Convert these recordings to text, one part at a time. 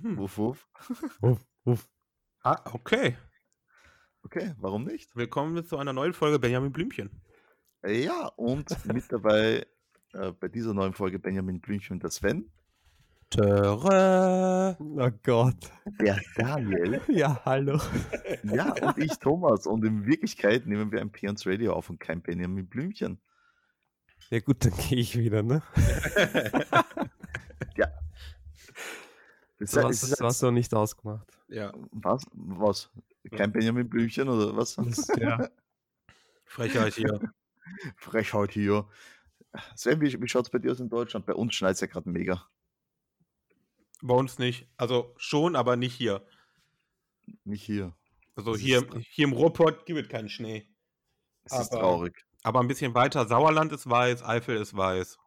Wuff, wuff. Uff, uff. Ah, okay. Okay, warum nicht? Willkommen zu einer neuen Folge Benjamin Blümchen. Ja, und mit dabei bei dieser neuen Folge Benjamin Blümchen und der Sven, Töre. Oh Gott. der Daniel, Ja, hallo. ja, und ich Thomas. Und in Wirklichkeit nehmen wir ein P&S Radio auf und kein Benjamin Blümchen. Ja gut, dann gehe ich wieder, ne? Ja. Das Das war's doch nicht ausgemacht. Ja, Was? Kein Benjamin Blümchen oder was? Ja. Frechheit hier. Frechheit hier. Sven, wie schaut es bei dir aus in Deutschland? Bei uns schneit es ja gerade mega. Bei uns nicht. Also schon, aber nicht hier. Nicht hier. Also Das hier im Ruhrpott gibt es keinen Schnee. Es ist Aber- traurig. Aber ein bisschen weiter. Sauerland ist weiß, Eifel ist weiß.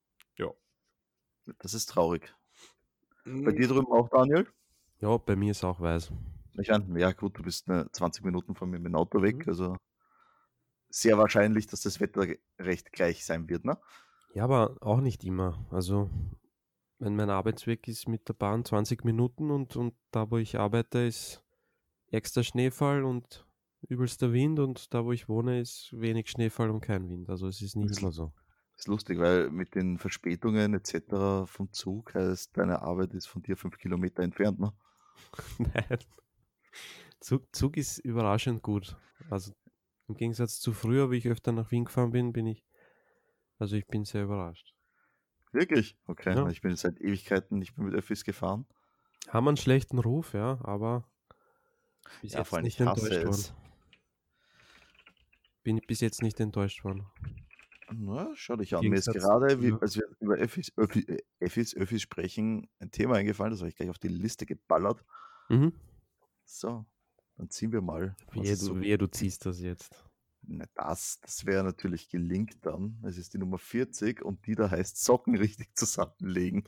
Das ist traurig. Bei dir drüben auch, Daniel? Ja, bei mir ist auch weiß. Ich meine, ja gut, du bist 20 Minuten von mir mit dem Auto weg, Mhm. also sehr wahrscheinlich, dass das Wetter recht gleich sein wird, ne? Ja, aber auch nicht immer. Also, wenn mein Arbeitsweg ist mit der Bahn 20 Minuten und da, wo ich arbeite, ist extra Schneefall und übelster Wind und da, wo ich wohne, ist wenig Schneefall und kein Wind. Also es ist nicht immer so. Ist lustig, weil mit den Verspätungen etc. vom Zug heißt, deine Arbeit ist von dir 5 Kilometer entfernt, ne? Nein. Zug ist überraschend gut. Also im Gegensatz zu früher, wie ich öfter nach Wien gefahren bin, ich bin sehr überrascht. Wirklich? Okay, Ja. ich bin seit Ewigkeiten nicht mehr mit Öffis gefahren. Haben einen schlechten Ruf, ja, aber bis Ja, jetzt vor allem, nicht ich hasse enttäuscht es. worden. Bin bis jetzt nicht enttäuscht worden. Na, schau dich an. Im Mir ist Gegensatz- gerade, ja. als wir über Öffis sprechen, ein Thema eingefallen, das habe ich gleich auf die Liste geballert. Mhm. So, dann ziehen wir mal. was Wehe, es so du ziehst das jetzt. Na, das wäre natürlich gelingt dann. Es ist die Nummer 40 und die da heißt Socken richtig zusammenlegen.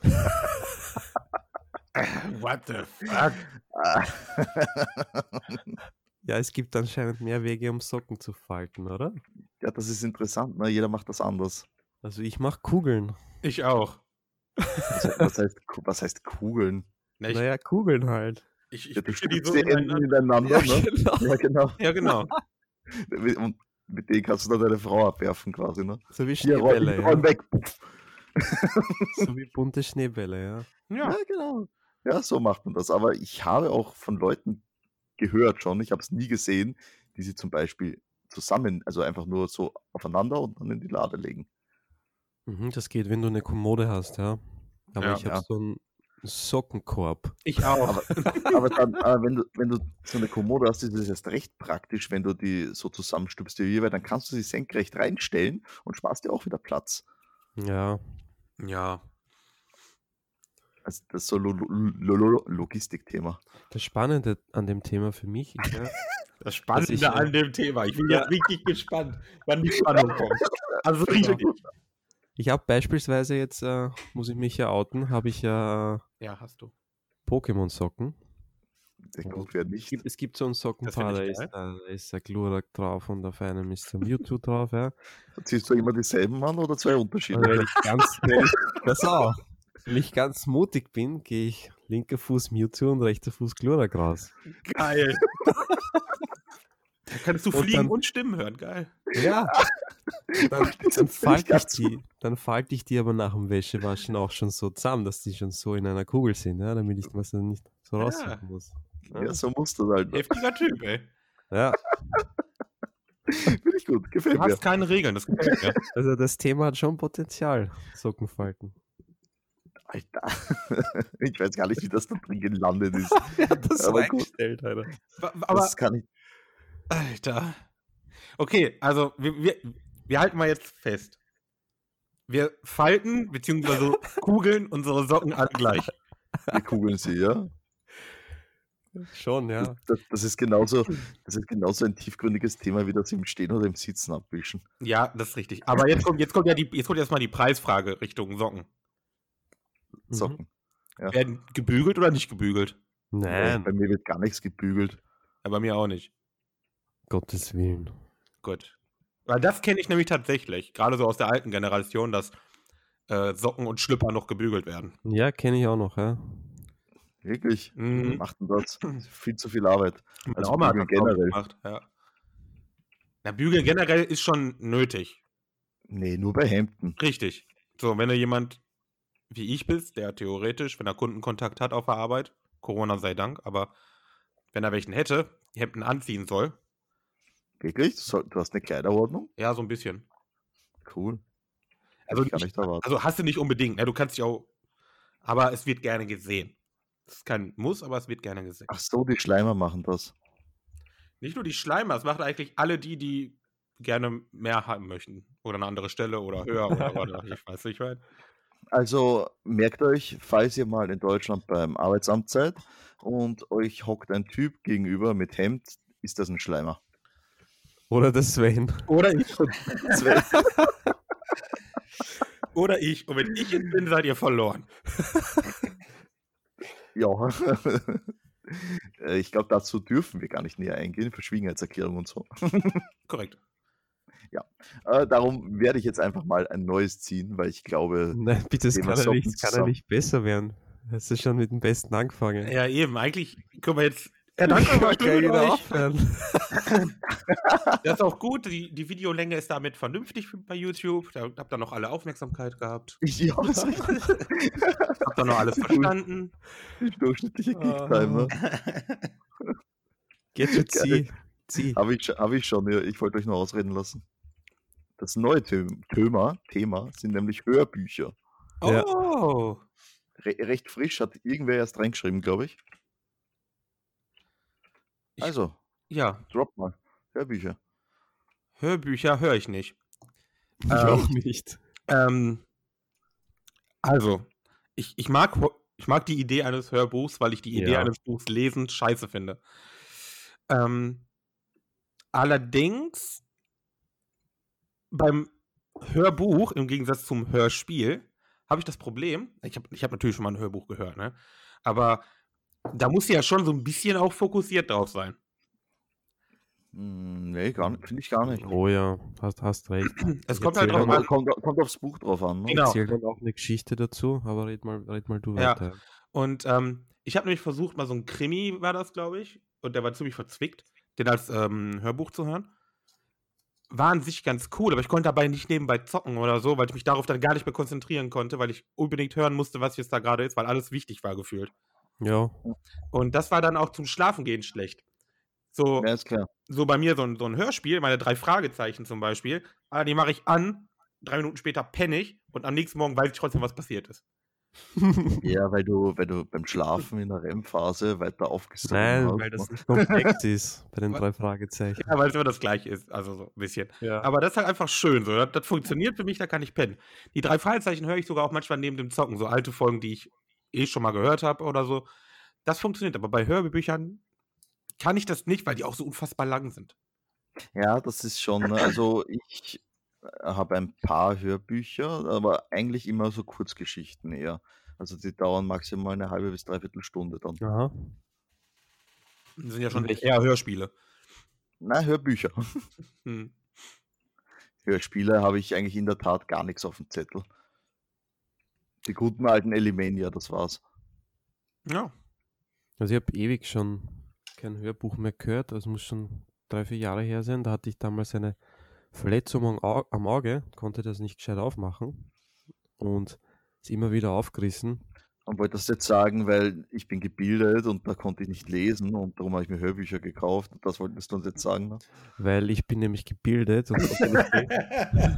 What the fuck? Ja, es gibt anscheinend mehr Wege, um Socken zu falten, oder? Ja, das ist interessant, ne? Jeder macht das anders. Also ich mache Kugeln. Ich auch. Was heißt Kugeln? Na, ich Naja, Kugeln halt. ich Ja, du mische die stützt so die Enden ineinander. ineinander, ne? genau. Ja, genau. Ja, genau. Und mit denen kannst du dann deine Frau abwerfen quasi, ne? So wie Hier, Schneebälle, räum ja. weg. So wie bunte Schneebälle, ja. Ja. Ja, genau. Ja, so macht man das. Aber ich habe auch von Leuten gehört schon, ich habe es nie gesehen, die sie zum Beispiel zusammen, also einfach nur so aufeinander und dann in die Lade legen. Mhm, das geht, wenn du eine Kommode hast, ja. Aber Ja, ich habe ja. so einen Sockenkorb. Ich auch. Aber dann, wenn du so eine Kommode hast, ist es erst recht praktisch, wenn du die so zusammenstülpst, weil dann kannst du sie senkrecht reinstellen und sparst dir auch wieder Platz. Ja. Ja. Also das ist so Logistikthema. Das Spannende an dem Thema für mich ist ja, Das Spannende ich, an dem Thema. Ich bin jetzt richtig gespannt, wann die Spannung kommt. Also richtig. ich habe beispielsweise jetzt, muss ich mich ja outen, habe ich ja Ja, hast du. Pokémon-Socken. Der Gut wäre nicht. Es gibt so einen Sockenpaar, Das da find ich ist ein Glurak drauf und auf einem ist der Mewtwo drauf, ja. Ziehst du immer dieselben an oder zwei Und Unterschiede? wenn ich ganz mutig bin, gehe ich linker Fuß Mewtwo und rechter Fuß Glurak raus. Geil. Da kannst du Und fliegen dann- und Stimmen hören. Geil. Ja. Dann Das falte ich die aber nach dem Wäschewaschen auch schon so zusammen, dass die schon so in einer Kugel sind, ja, damit ich das dann nicht so Ja. raussuchen muss. Ja, so musst du halt. Heftiger Typ, ey. Ja, Finde ich gut, gefällt Du mir. hast keine Regeln, das gefällt mir. also das Thema hat schon Potenzial, Sockenfalten. Alter. Ich weiß gar nicht, wie das da drin gelandet ist. Das Aber gut. reingestellt, Alter. Aber, Das kann ich. Alter. Okay, also wir halten mal jetzt fest. Wir falten bzw. kugeln unsere Socken alle gleich. Wir kugeln sie, ja? Schon, ja. Das ist genauso ein tiefgründiges Thema wie das im Stehen oder im Sitzen abwischen. Ja, das ist richtig. Aber jetzt kommt erstmal die Preisfrage Richtung Socken. Socken. Ja. Werden gebügelt oder nicht gebügelt? Nein, Bei mir wird gar nichts gebügelt. Ja, bei mir auch nicht. Gottes Willen. Gut. Weil das kenne ich nämlich tatsächlich, gerade so aus der alten Generation, dass Socken und Schlüpper noch gebügelt werden. Ja, kenne ich auch noch, ja. Wirklich? Wie Mhm. macht denn das? Viel zu viel Arbeit. Meine Also Oma hat bügeln das, glaube ich, generell. gemacht, ja. Ja, bügeln generell ist schon nötig. Nee, nur bei Hemden. Richtig. So, wenn du jemand wie ich bist, der theoretisch, wenn er Kundenkontakt hat auf der Arbeit, Corona sei Dank, aber wenn er welchen hätte, die Hemden anziehen soll, Wirklich? Du hast eine Kleiderordnung? ja, so ein bisschen. Cool. Hätte Also, ich gar nicht erwartet. also hast du nicht unbedingt, ne? Du kannst dich auch, aber es wird gerne gesehen. Das ist kein Muss, aber es wird gerne gesehen. Ach so, die Schleimer machen das. Nicht nur die Schleimer, es machen eigentlich alle die gerne mehr haben möchten. Oder eine andere Stelle oder höher oder was, ich weiß nicht, was. Also merkt euch, falls ihr mal in Deutschland beim Arbeitsamt seid und euch hockt ein Typ gegenüber mit Hemd, ist das ein Schleimer. Oder der Sven. Oder ich. Sven. Oder ich. Und wenn ich es bin, seid ihr verloren. Ja. Ich glaube, dazu dürfen wir gar nicht näher eingehen, Verschwiegenheitserklärung und so. Korrekt. Ja, darum werde ich jetzt einfach mal ein neues ziehen, weil ich glaube, Nein, bitte, das Thema kann Socken ja zusammen. nicht besser werden. Hast du schon mit dem Besten angefangen. Ja, eben. Eigentlich können wir jetzt. Ja, danke, war schön mit wieder euch. aufhören. Das ist auch gut. Die Videolänge ist damit vernünftig bei YouTube. Da habt ihr noch alle Aufmerksamkeit gehabt. Ja, ist richtig. Habt ihr noch alles verstanden. Die durchschnittliche Geek-Time, ne? Get to zieh. Habe ich schon, ja. Ich wollte euch noch ausreden lassen. Das neue Thema sind nämlich Hörbücher. Ja. Oh. Recht frisch, hat irgendwer erst reingeschrieben, glaube ich. Also, Ja, drop mal. Hörbücher. Hörbücher höre ich nicht. Ich auch nicht. Also, ich mag die Idee eines Hörbuchs, weil ich die Idee Ja. eines Buchs lesen scheiße finde. Allerdings beim Hörbuch, im Gegensatz zum Hörspiel, habe ich das Problem, ich hab natürlich schon mal ein Hörbuch gehört, ne? Aber da muss ja schon so ein bisschen auch fokussiert drauf sein. Nee, gar nicht, finde ich gar nicht. Oh ja, hast recht. Es Ich kommt halt erzähl drauf dann an. Kommt aufs Buch drauf an. Ne? Genau. Erzähl dann auch eine Geschichte dazu, aber red mal du Ja. weiter. Und ich habe nämlich versucht, mal so ein Krimi war das, glaube ich, und der war ziemlich verzwickt, den als Hörbuch zu hören. War an sich ganz cool, aber ich konnte dabei nicht nebenbei zocken oder so, weil ich mich darauf dann gar nicht mehr konzentrieren konnte, weil ich unbedingt hören musste, was jetzt da gerade ist, weil alles wichtig war gefühlt. Ja, Und das war dann auch zum Schlafengehen schlecht. So, Ja, ist klar. so bei mir so ein Hörspiel, meine 3 Fragezeichen zum Beispiel, die mache ich an, 3 Minuten später penne ich und am nächsten Morgen weiß ich trotzdem, was passiert ist. Ja, weil du beim Schlafen in der REM-Phase weiter aufgesogen nein, hast. weil das ne? nicht komplex ist bei den 3 Fragezeichen. Ja, weil es immer das Gleiche ist, also so ein bisschen. Ja. Aber das ist halt einfach schön, so. Das funktioniert für mich, da kann ich pennen. Die 3 Fragezeichen höre ich sogar auch manchmal neben dem Zocken, so alte Folgen, die ich schon mal gehört habe oder so. Das funktioniert, aber bei Hörbüchern kann ich das nicht, weil die auch so unfassbar lang sind. Ja, das ist schon, ne, also ich habe ein paar Hörbücher, aber eigentlich immer so Kurzgeschichten eher. Also die dauern maximal eine halbe bis dreiviertel Stunde dann. Aha. Das sind ja schon Welche? eher Hörspiele. Na, Hörbücher. Hm. Hörspiele habe ich eigentlich in der Tat gar nichts auf dem Zettel. Die guten alten Elimania, das war's. Ja. Also ich habe ewig schon kein Hörbuch mehr gehört, also muss schon 3-4 Jahre her sein. Da hatte ich damals eine Verletzung am Auge, konnte das nicht gescheit aufmachen und ist immer wieder aufgerissen. Und wollte das jetzt sagen, weil ich bin gebildet und da konnte ich nicht lesen und darum habe ich mir Hörbücher gekauft. Und das wolltest du uns jetzt sagen, ne? Weil ich bin nämlich gebildet und konnte nicht lesen.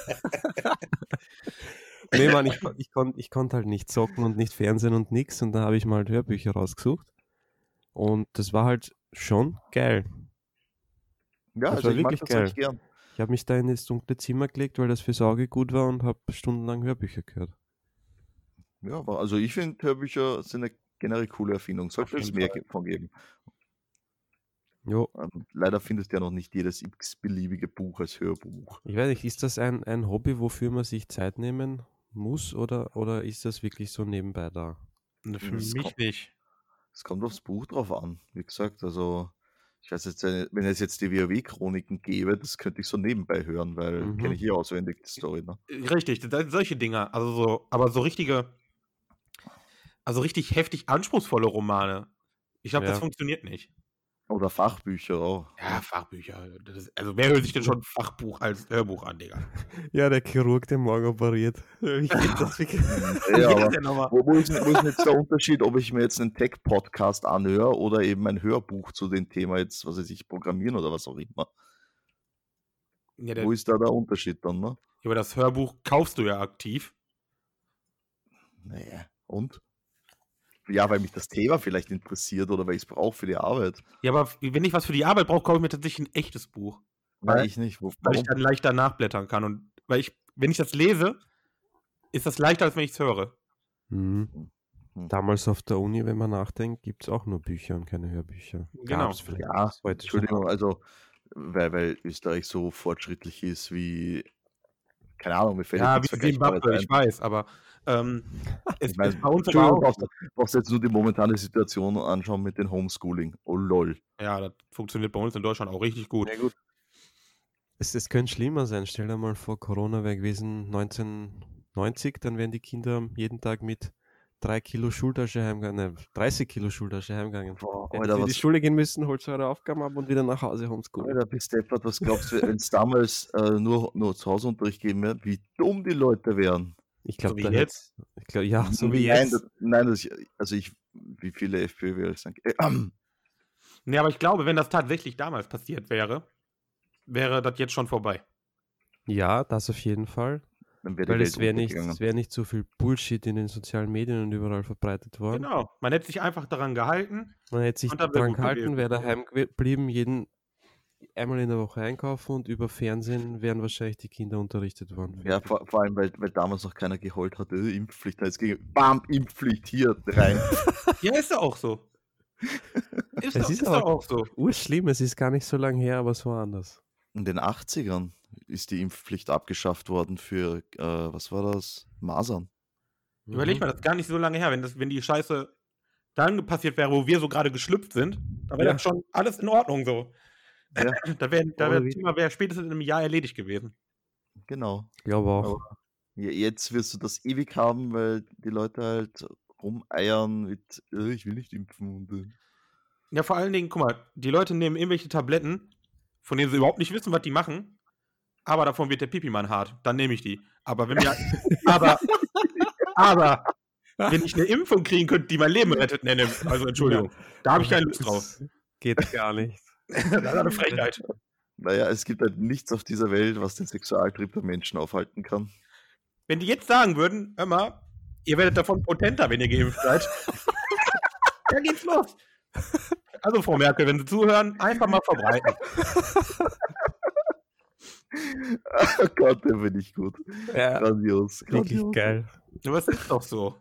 Nee, Mann, ich konnte halt nicht zocken und nicht Fernsehen und nix und da habe ich mal halt Hörbücher rausgesucht und das war halt schon geil. Ja, Das also war ich mag wirklich das geil. echt gern. Ich habe mich da in das dunkle Zimmer gelegt, weil das fürs Auge gut war und habe stundenlang Hörbücher gehört. Ja, aber also ich finde, Hörbücher sind eine generell coole Erfindung. Sollte Auf es jeden mehr Fall. von geben. Jo, Leider findest du ja noch nicht jedes x-beliebige Buch als Hörbuch. ich weiß nicht, ist das ein Hobby, wofür man sich Zeit nehmen muss oder ist das wirklich so nebenbei da? Für Das mich kommt- nicht. Es kommt aufs Buch drauf an. Wie gesagt, also ich weiß jetzt, wenn es jetzt die WoW-Chroniken gäbe, das könnte ich so nebenbei hören, weil Mhm. kenne ich hier auswendig die Story. Ne? Richtig, solche Dinger. Also so, aber so richtige Also richtig heftig anspruchsvolle Romane. Ich glaube, das Ja. funktioniert nicht. Oder Fachbücher auch. Ja, Fachbücher. Also wer hört sich denn schon Fachbuch als Hörbuch an, Digga? Ja, der Chirurg, der morgen operiert. Wie geht das? Ja, Wie geht aber das denn nochmal? wo ist denn jetzt der Unterschied, ob ich mir jetzt einen Tech-Podcast anhöre oder eben ein Hörbuch zu dem Thema jetzt, was weiß ich, Programmieren oder was auch immer? Ja, Wo ist da der Unterschied dann, ne? aber das Hörbuch kaufst du ja aktiv. Nee. Und? Ja, weil mich das Thema vielleicht interessiert oder weil ich es brauche für die Arbeit. Ja, aber wenn ich was für die Arbeit brauche, kaufe ich mir tatsächlich ein echtes Buch. Nein, ich nicht. Weil Warum? ich dann leichter nachblättern kann. Und wenn ich das lese, ist das leichter, als wenn ich es höre. Mhm. Hm. Damals auf der Uni, wenn man nachdenkt, gibt es auch nur Bücher und keine Hörbücher. Genau. Gab's vielleicht Ja, bis heute schon. Entschuldigung, also, weil Österreich so fortschrittlich ist wie, keine Ahnung, mir fällt Ja, jetzt wie nichts Vergleichbares Zimbabwe, ich ein. weiß, aber es Ich meine, ist bei uns aber Entschuldigung, auch. brauchst du jetzt nur die momentane Situation anschauen mit dem Homeschooling. Oh lol. Ja, das funktioniert bei uns in Deutschland auch richtig gut. Ja, gut. Es könnte schlimmer sein. Stell dir mal vor, Corona wäre gewesen 1990, dann wären die Kinder jeden Tag mit 3 Kilo Schultasche heimgegangen, 30 Kilo Schultasche heimgegangen. Boah, Hätten Alter, sie in die was, Schule gehen müssen, holt eure Aufgaben ab und wieder nach Hause homeschoolen. Alter, bist deppert, was glaubst du, wenn es damals nur zu Hause Unterricht gegeben wäre, wie dumm die Leute wären? Ich So glaube, wie da jetzt? hätt's- ich glaub, ja, so wie Nein, jetzt. wie viele FPÖ wäre ich sagen? Nee, aber ich glaube, wenn das tatsächlich damals passiert wäre, wäre das jetzt schon vorbei. Ja, das auf jeden Fall. Dann wäre die Weil Welt es wäre untergegangen. nicht so viel Bullshit in den sozialen Medien und überall verbreitet worden. Genau. Man hätte sich einfach daran gehalten. Man hätte sich Und dann wär daran gut gehalten, gewesen. wäre daheim geblieben, einmal in der Woche einkaufen und über Fernsehen wären wahrscheinlich die Kinder unterrichtet worden. Ja, vor allem, weil damals noch keiner geheult hatte, Impfpflicht, da jetzt ging, bam, Impfpflicht, hier rein. Ja, ist ja auch so. Es Ist ist doch aber- auch so. Urschlimm, es ist gar nicht so lange her, aber es war anders. In den 80ern ist die Impfpflicht abgeschafft worden für, was war das? Masern. Überleg mal, das ist gar nicht so lange her. Wenn die Scheiße dann passiert wäre, wo wir so gerade geschlüpft sind, dann wäre Ja. das schon alles in Ordnung so. Ja, Da wäre Oder das wie- Thema wär spätestens in einem Jahr erledigt gewesen. genau. Ich glaube auch. Jetzt wirst du das ewig haben, weil die Leute halt rumeiern mit, ich will nicht impfen. Und, Ja, vor allen Dingen, guck mal, die Leute nehmen irgendwelche Tabletten, von denen sie überhaupt nicht wissen, was die machen, aber davon wird der Pipi-Mann hart. Dann nehme ich die. Aber wenn mir, aber wenn ich eine Impfung kriegen könnte, die mein Leben rettet, also Entschuldigung, da habe ich keine Lust drauf. Das geht gar nicht. Das ist eine Frechheit. Naja, es gibt halt nichts auf dieser Welt, was den Sexualtrieb der Menschen aufhalten kann. Wenn die jetzt sagen würden, hör mal, ihr werdet davon potenter, wenn ihr geimpft seid, dann geht's los. Also, Frau Merkel, wenn Sie zuhören, einfach mal verbreiten. Oh Gott, der bin ich gut. Ja, Grandios. wirklich grandios. geil. Aber es ist doch so.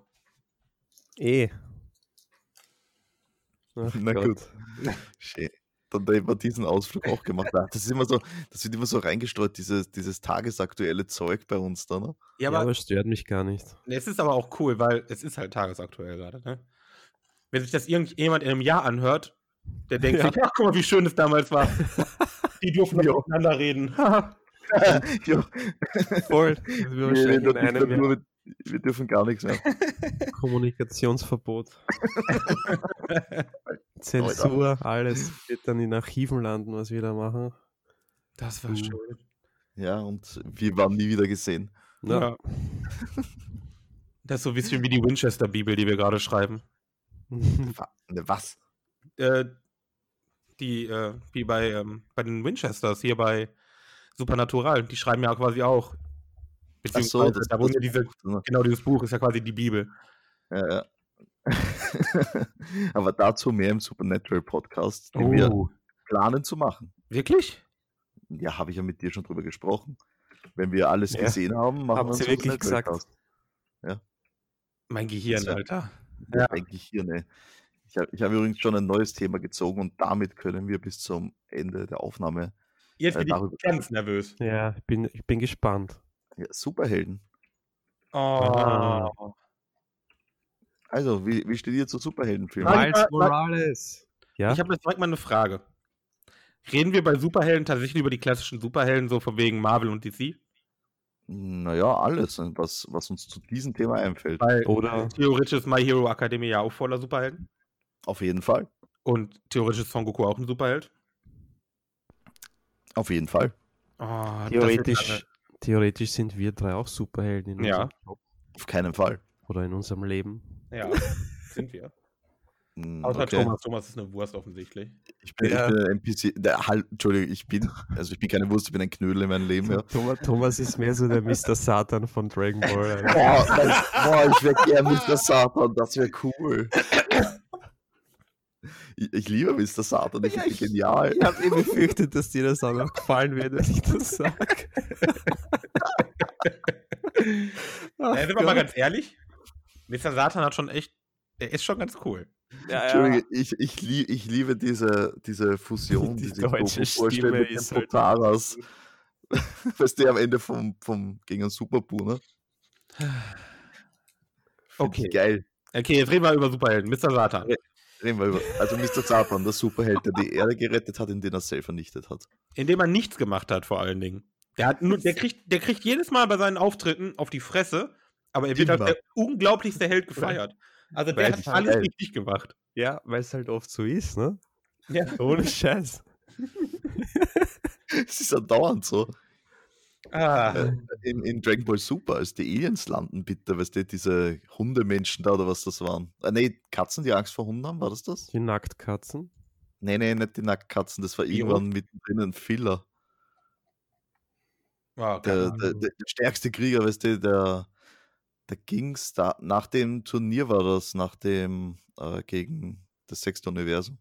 Ach Na Gott. gut. Schön. Dann haben wir diesen Ausflug auch gemacht. Das ist immer so, das wird immer so reingestreut, dieses tagesaktuelle Zeug bei uns da, ne? Ja, Ja, aber aber es stört mich gar nicht. es ist aber auch cool, weil es ist halt tagesaktuell gerade, ne? Wenn sich das irgendjemand in einem Jahr anhört, der denkt Ja. sich, ach, guck mal, wie schön es damals war. Die durften Ja. doch miteinander reden. Jo, Voll. Das wird wahrscheinlich in einem Jahr wir dürfen gar nichts mehr. Kommunikationsverbot. Zensur, alles wird dann in Archiven landen, was wir da machen. Das war Mhm. schön. Ja, und wir waren nie wieder gesehen. Ja. Ja. Das ist so ein bisschen wie die Winchester-Bibel, die wir gerade schreiben. Was? Wie bei den Winchesters hier bei Supernatural, die schreiben ja quasi auch. Ach so, Beziehungsweise, da wurden ja dieses Buch ist ja quasi die Bibel. Ja, ja. Aber dazu mehr im Supernatural Podcast, den wir planen zu machen. Wirklich? Ja, habe ich ja mit dir schon drüber gesprochen. Wenn wir alles Ja. gesehen haben, machen Haben wir Sie einen wirklich Supernatural gesagt? Cast. Mein Gehirn, Das wär- Alter. Ja. Denke ich hier, ne. Ich habe übrigens schon ein neues Thema gezogen und damit können wir bis zum Ende der Aufnahme Jetzt bin darüber- ich ganz nervös. Ja, ich bin gespannt. ja, Superhelden. Oh. Ah. Also, wie steht ihr zu Superheldenfilmen? Nein. Miles Nein. Morales. Ja? Ich habe jetzt direkt mal eine Frage. Reden wir bei Superhelden tatsächlich über die klassischen Superhelden, so von wegen Marvel und DC? Naja, alles, was uns zu diesem Thema einfällt. Weil Oder theoretisch ist My Hero Academia ja auch voller Superhelden. Auf jeden Fall. Und theoretisch ist Son Goku auch ein Superheld. Auf jeden Fall. Oh, theoretisch sind wir drei auch Superhelden in Ja. unserem Job Auf keinen Fall. oder in unserem Leben. Ja, sind wir. Hm, Außer okay. Thomas. Thomas ist eine Wurst offensichtlich. Ich bin ein NPC. Entschuldigung, ich bin keine Wurst, ich bin ein Knödel in meinem Leben. Ja. Thomas ist mehr so der Mr. Satan von Dragon Ball. Boah, ich wäre gern Mr. Satan, das wäre cool. Ich liebe Mr. Satan, ich finde ihn genial. Ich habe befürchtet, dass dir das auch noch gefallen wird, wenn ich das sage. Sind wir mal ganz ehrlich? Mr. Satan hat schon echt, der ist schon ganz cool. Ja, Entschuldige, ich liebe diese Fusion, Die sich deutsche Goku vorstellt Stimme mit den ist halt- Potaras. Weißt du, am Ende gegen einen Superbuu, ne? Okay. Geil. Okay, jetzt reden wir über Superhelden. Mr. Satan. Reden wir über. Also Mr. Satan, der Superheld, der die Erde gerettet hat, indem er selbst vernichtet hat. Indem er nichts gemacht hat, vor allen Dingen. Der kriegt jedes Mal bei seinen Auftritten auf die Fresse, aber er wird als Immer. der unglaublichste Held gefeiert. Also der Weil hat ich alles geil. richtig gemacht. Ja, weil es halt oft so ist, ne? Ja. Ohne Scheiß. Es ist andauernd so. Ah, In Dragon Ball Super, als die Aliens landen, bitte, weißt du, diese Hundemenschen da oder was das waren. Nee, Katzen, die Angst vor Hunden haben, war das das? Die Nacktkatzen. Nee, nicht die Nacktkatzen, das war Bio? irgendwann mittendrin ein Filler. Der stärkste Krieger, weißt du, der ging's da, nach dem Turnier war das, gegen das 6. Universum.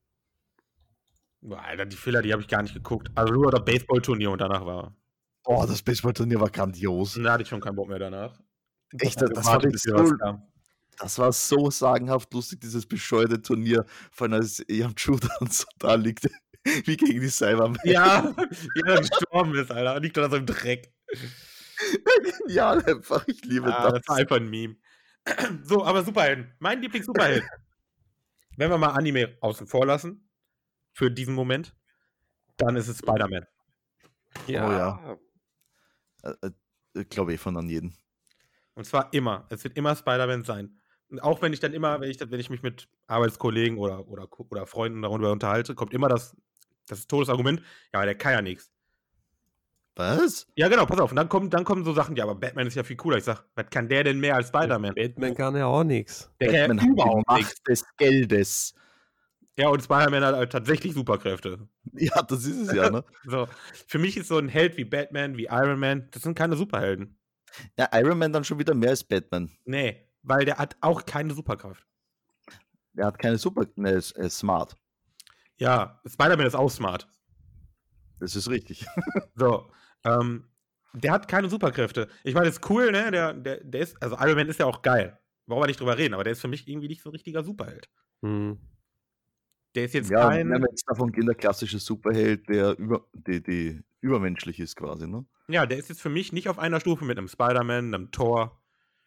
Boah, Alter, die Fehler, die habe ich gar nicht geguckt. Also nur das Baseballturnier und danach war. Oh, das Baseballturnier war grandios. Da hatte ich schon keinen Bock mehr danach. Echt, Ich hab das gewartet, war bis so- wieder was kam. Das war so sagenhaft lustig, dieses bescheuerte Turnier. Vor allem als Yamchuda und so da liegt, wie gegen die Cybermen. Ja, wie er gestorben ist, Alter. Und liegt da so im Dreck. Genial einfach, ich liebe Das das. war einfach ein Meme. So, aber Superhelden. Mein Lieblings-Superheld. Wenn wir mal Anime außen vor lassen, für diesen Moment, dann ist es Spider-Man. Ja. Glaube ich von an jeden. Und zwar immer. Es wird immer Spider-Man sein. Und auch wenn ich dann immer, wenn ich mich mit Arbeitskollegen oder Freunden darüber unterhalte, kommt immer das Todesargument, ja, aber der kann ja nichts. Was? Ja, genau, pass auf. Und dann kommen so Sachen, ja, aber Batman ist ja viel cooler. Ich sag, was kann der denn mehr als Spider-Man? Batman kann ja auch nichts. Der kann Batman ja hat die überhaupt nichts. Macht des Geldes. Ja, und Spider-Man hat halt tatsächlich Superkräfte. Ja, das ist es ja, ne? So, für mich ist so ein Held wie Batman, wie Iron Man, das sind keine Superhelden. Ja, Iron Man dann schon wieder mehr als Batman. Nee, weil der hat auch keine Superkraft. Er hat keine er ist smart. Ja, Spider-Man ist auch smart. Das ist richtig. So, der hat keine Superkräfte. Ich meine, das ist cool, ne? Der ist, also Iron Man ist ja auch geil. Brauchen wir nicht drüber reden, aber der ist für mich irgendwie nicht so ein richtiger Superheld. Hm. Der ist jetzt Ja, kein. wenn wir jetzt davon gehen, der klassische Superheld, der die übermenschlich ist quasi, ne? Ja, der ist jetzt für mich nicht auf einer Stufe mit einem Spider-Man, einem Thor.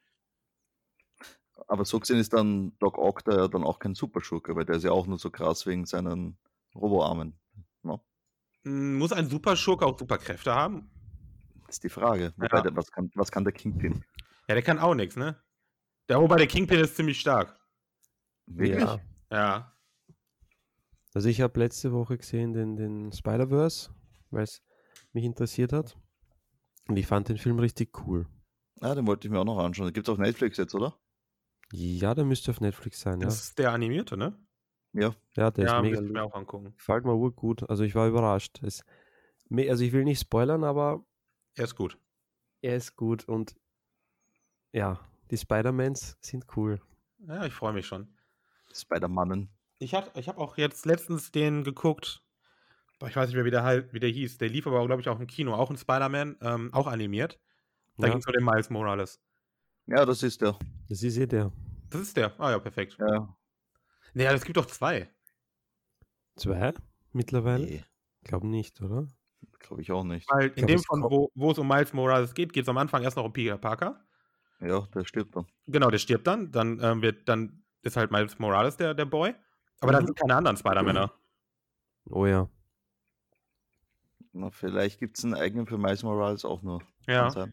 Aber so gesehen ist dann Doc Ock da ja dann auch kein Superschurke, weil der ist ja auch nur so krass wegen seinen Roboarmen. Ne? Muss ein Superschurke auch Superkräfte haben? Das ist die Frage. Wobei Ja. was kann der Kingpin? Ja, der kann auch nichts, ne? Wobei der Kingpin ist ziemlich stark. Wirklich? Ja. Ja. Also ich habe letzte Woche gesehen den Spider-Verse, weil es mich interessiert hat. Und ich fand den Film richtig cool. Ja, den wollte ich mir auch noch anschauen. Gibt es auf Netflix jetzt, oder? Ja, der müsste auf Netflix sein, ja. Das ist der animierte, ne? Ja. Ja, der Ja, ist mega müsste ich mir lustig. auch angucken. Gefällt mir urgut. Also ich war überrascht. Also ich will nicht spoilern, aber Er ist gut. er ist gut und ja, die Spider-Mans sind cool. Ja, ich freue mich schon. Spider-Mannen. Ich habe auch jetzt letztens den geguckt. Boah, ich weiß nicht mehr, wie der hieß. Der lief aber, glaube ich, auch im Kino. Auch ein Spider-Man, auch animiert. Da Ja. ging es um den Miles Morales. Ja, das ist der. Das ist der. Das ist der. Ah ja, perfekt. Ja. Naja, es gibt doch 2. 2 mittlerweile? Nee, Glaube nicht, oder? glaube ich auch nicht. Weil in glaub, dem es von, wo es um Miles Morales geht, geht es am Anfang erst noch um Peter Parker. Ja, der stirbt dann. Genau, der stirbt dann. Dann ist halt Miles Morales der Boy. Aber da sind keine anderen Spider-Männer. Oh ja. Na, vielleicht gibt es einen eigenen für Miles Morales auch nur. Ja. Kann sein.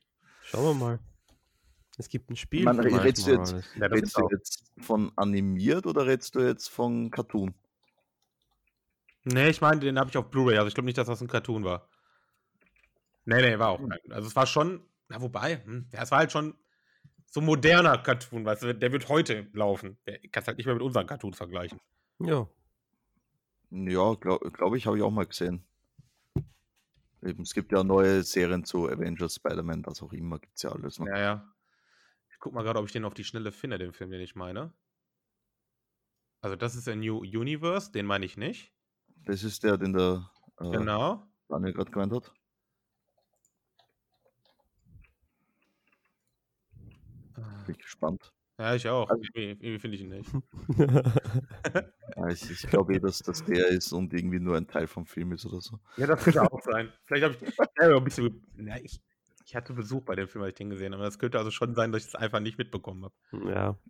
Schauen wir mal. Es gibt ein Spiel Man, von redest Miles du jetzt, Morales. Ja, das redest ist du auch. jetzt von animiert oder redest du jetzt von Cartoon? Nee, ich meine, den habe ich auf Blu-ray. Also ich glaube nicht, dass das ein Cartoon war. Nee, war auch Hm. kein. Also es war schon, na wobei, ja, es war halt schon so moderner Cartoon, weißt du, der wird heute laufen. Kannst halt nicht mehr mit unseren Cartoons vergleichen. Ja, Ja, glaube ich, habe ich auch mal gesehen. Eben, es gibt ja neue Serien zu Avengers, Spider-Man, was auch immer, gibt es ja alles. Ne? Ja. Ich guck mal gerade, ob ich den auf die Schnelle finde, den Film, den ich meine. Also das ist der New Universe, den meine ich nicht. Das ist der, den der Genau. Daniel gerade gemeint hat. Bin ich gespannt. Ja, ich auch. Also- Irgendwie finde ich ihn nicht. Ja, ich glaube eh, dass das der ist und irgendwie nur ein Teil vom Film ist oder so. Ja, das könnte auch sein. Vielleicht habe ich ja, ein bisschen. Ja, ich hatte Besuch bei dem Film, als ich den gesehen habe. Das könnte also schon sein, dass ich es einfach nicht mitbekommen habe. ja.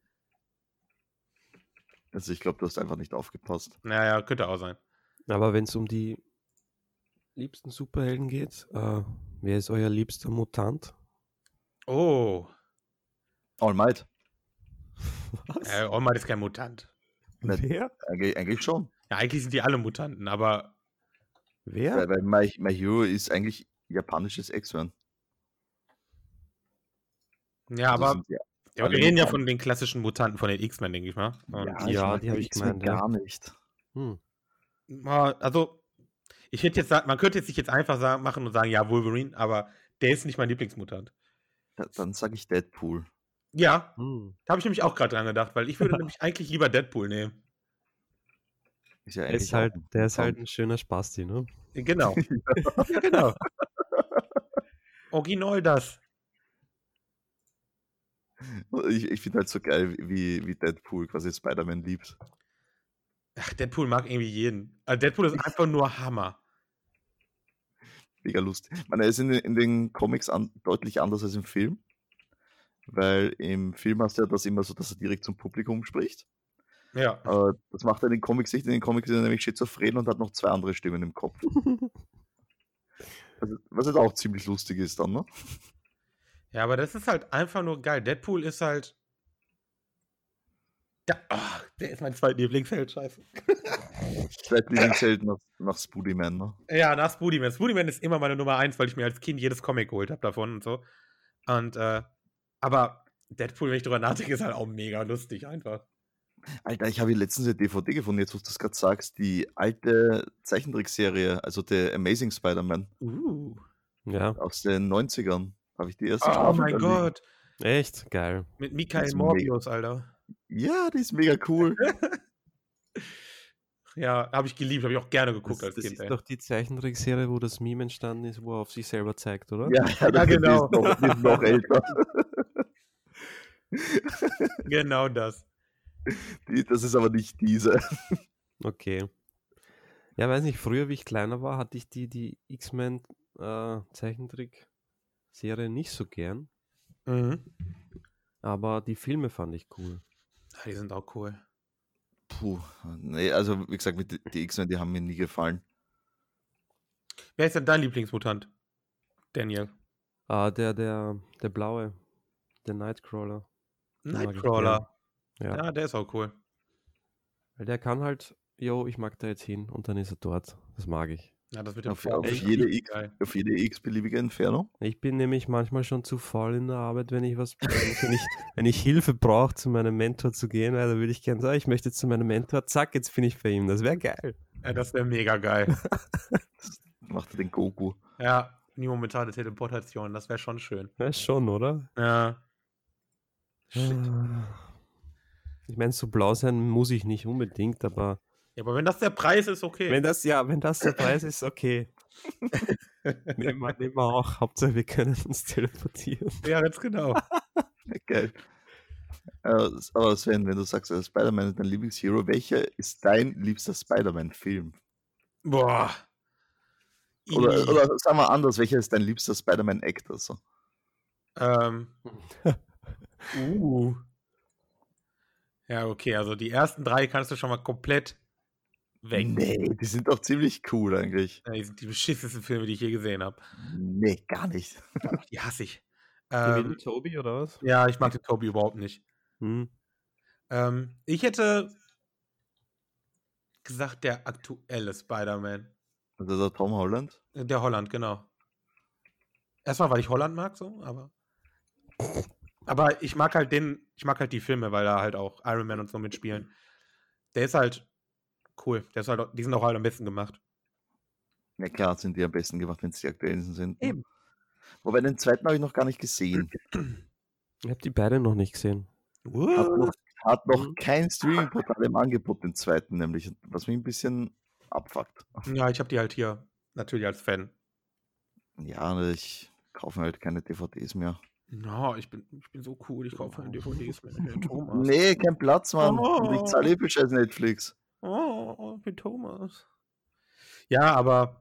Also ich glaube, du hast einfach nicht aufgepasst. Naja, könnte auch sein. Aber wenn es um die liebsten Superhelden geht, wer ist euer liebster Mutant? Oh. All Might. Was? All Might ist kein Mutant. Wer? Eigentlich schon. Ja, eigentlich sind die alle Mutanten, aber. Wer? Weil My Hero ist eigentlich japanisches X-Men. Ja, Also aber. sind sie Ja, alle wir reden ja Mutanten. von den klassischen Mutanten, von den X-Men, denke ich mal. Und, Ja, mag die hab ich X-Men gemeint, ja. gar nicht. Also, ich hätte jetzt man könnte jetzt nicht jetzt einfach machen und sagen, ja, Wolverine, aber der ist nicht mein Lieblingsmutant. Dann sage ich Deadpool. Ja, Hm. da habe ich nämlich auch gerade dran gedacht, weil ich würde nämlich eigentlich lieber Deadpool nehmen. Ist ja Der eigentlich ist halt, auch ein der ist halt Mutant. ein schöner Spasti, ne? Genau. Ja, genau. Original das. Ich finde halt so geil, wie Deadpool quasi Spider-Man liebt. Ach, Deadpool mag irgendwie jeden. Also Deadpool ist einfach nur Hammer. Mega lustig. Ich meine, er ist in den Comics deutlich anders als im Film. Weil im Film hast du ja das immer so, dass er direkt zum Publikum spricht. Ja. Aber das macht er in den Comics nicht. In den Comics ist er nämlich schizophren und hat noch 2 andere Stimmen im Kopf. Was jetzt auch ziemlich lustig ist dann, ne? Ja, aber das ist halt einfach nur geil. Deadpool ist halt. Ja, der ist mein zweiter Lieblingsheld, scheiße. Zweitlieblingsheld nach Spoodyman, ne? Ja, nach Spoodyman. Spoodyman ist immer meine Nummer 1, weil ich mir als Kind jedes Comic geholt habe davon und so. Und, aber Deadpool, wenn ich drüber nachdenke, ist halt auch mega lustig einfach. Alter, ich habe hier letztens eine DVD gefunden, jetzt wo du das gerade sagst, die alte Zeichentrickserie, also der Amazing Spider-Man Ja, aus den 90ern. Habe ich die erste Oh Staffel mein da liegen. Gott. echt geil. Mit Das Michael ist Morbius, Alter. Ja, die ist mega cool. Ja, habe ich geliebt, habe ich auch gerne geguckt Das als Kind, ist ey. doch die Zeichentrickserie, wo das Meme entstanden ist, wo er auf sich selber zeigt, oder? Ja, Ja, genau. Die ist noch älter. Genau das. Das ist aber nicht diese. Okay. Ja, weiß nicht, früher, wie ich kleiner war, hatte ich die X-Men Zeichentrick-Serie nicht so gern, Mhm. aber die Filme fand ich cool. Ja, die sind auch cool. Puh, nee, also wie gesagt, die X-Men, die haben mir nie gefallen. Wer ist denn dein Lieblingsmutant? Daniel. Der blaue, der Nightcrawler. Den mag ich Nightcrawler. gern. Ja, Ja, der ist auch cool. weil der kann halt, ich mag da jetzt hin und dann ist er dort. Das mag ich. Ja, das mit dem Auf Vorbild jede ist X, geil. auf jede x-beliebige Entfernung. Ich bin nämlich manchmal schon zu faul in der Arbeit, wenn ich Hilfe brauche, zu meinem Mentor zu gehen, weil da würde ich gerne sagen, ich möchte zu meinem Mentor, zack, jetzt bin ich bei ihm. Das wäre geil. Ja, das wäre mega geil. Macht er den Goku. Ja, die momentane Teleportation, das wäre schon schön. Ja, schon, oder? Ja. Shit. Ich meine, so blau sein muss ich nicht unbedingt, aber Ja, aber wenn das der Preis ist, okay. wenn das der Preis ist, okay. Nehmen wir auch. Hauptsache, wir können uns teleportieren. Ja, ganz genau. Geil. Aber Sven, wenn du sagst, Spider-Man ist dein Lieblingshero, welcher ist dein liebster Spider-Man-Film? Boah. Oder sagen wir anders, welcher ist dein liebster Spider-Man-Actor? So? Ähm. Ja, okay, also die ersten 3 kannst du schon mal komplett weg. Nee, die sind doch ziemlich cool eigentlich. Die sind die beschissensten Filme, die ich je gesehen habe. Nee, gar nicht. Die hasse ich. Wie Toby oder was? Ja, ich mag den Toby überhaupt nicht. Ich hätte gesagt, der aktuelle Spider-Man. Also der Tom Holland. Der Holland, genau. Erstmal, weil ich Holland mag, so, aber ich mag halt die Filme, weil da halt auch Iron Man und so mitspielen. Der ist halt cool. Die sind auch halt am besten gemacht. Ja klar, sind die am besten gemacht, wenn es die aktuellen sind. Eben. Wobei den zweiten habe ich noch gar nicht gesehen. Ich habe die beide noch nicht gesehen. Hat noch kein Streaming-Portal im Angebot, den zweiten nämlich, was mich ein bisschen abfuckt. Ja, ich habe die halt hier natürlich als Fan. Ja, ich kaufe mir halt keine DVDs mehr. No, ich bin so cool, ich kaufe keine DVDs mehr. Ich bin Thomas. Nee, kein Platz, Mann. Und ich zahle scheiß Netflix. Oh, ich bin Thomas. Ja, aber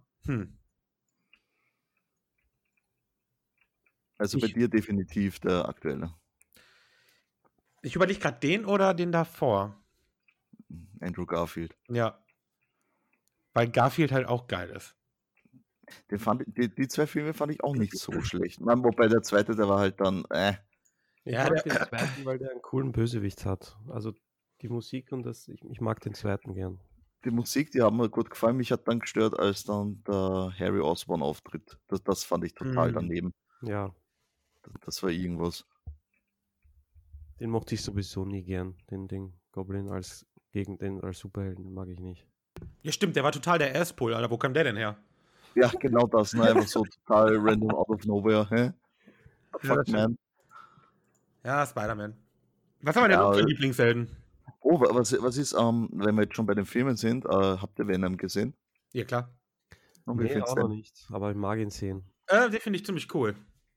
Also bei dir definitiv der aktuelle. Ich überlege gerade den oder den davor. Andrew Garfield. Ja. Weil Garfield halt auch geil ist. Die zwei Filme fand ich auch nicht so schlecht. Wobei der zweite, der war halt dann, Ich mag den zweiten, weil der einen coolen Bösewicht hat. Also die Musik und ich mag den zweiten gern. Die Musik, die hat mir gut gefallen. Mich hat dann gestört, als dann der Harry Osborn auftritt. Das fand ich total daneben. Ja. Das war irgendwas. Den mochte ich sowieso nie gern. Den Goblin gegen den als Superhelden mag ich nicht. Ja, stimmt, der war total der Asspole, Alter. Wo kam der denn her? Ja, genau das, ne? Einfach so total random out of nowhere, hä? Fuck, man. Ja, Spider-Man. Was haben wir denn noch für Lieblingshelden? Oh, was ist, wenn wir jetzt schon bei den Filmen sind, habt ihr Venom gesehen? Ja, klar. Und wie findest auch noch nicht, aber ich mag ihn sehen. Den finde ich ziemlich cool.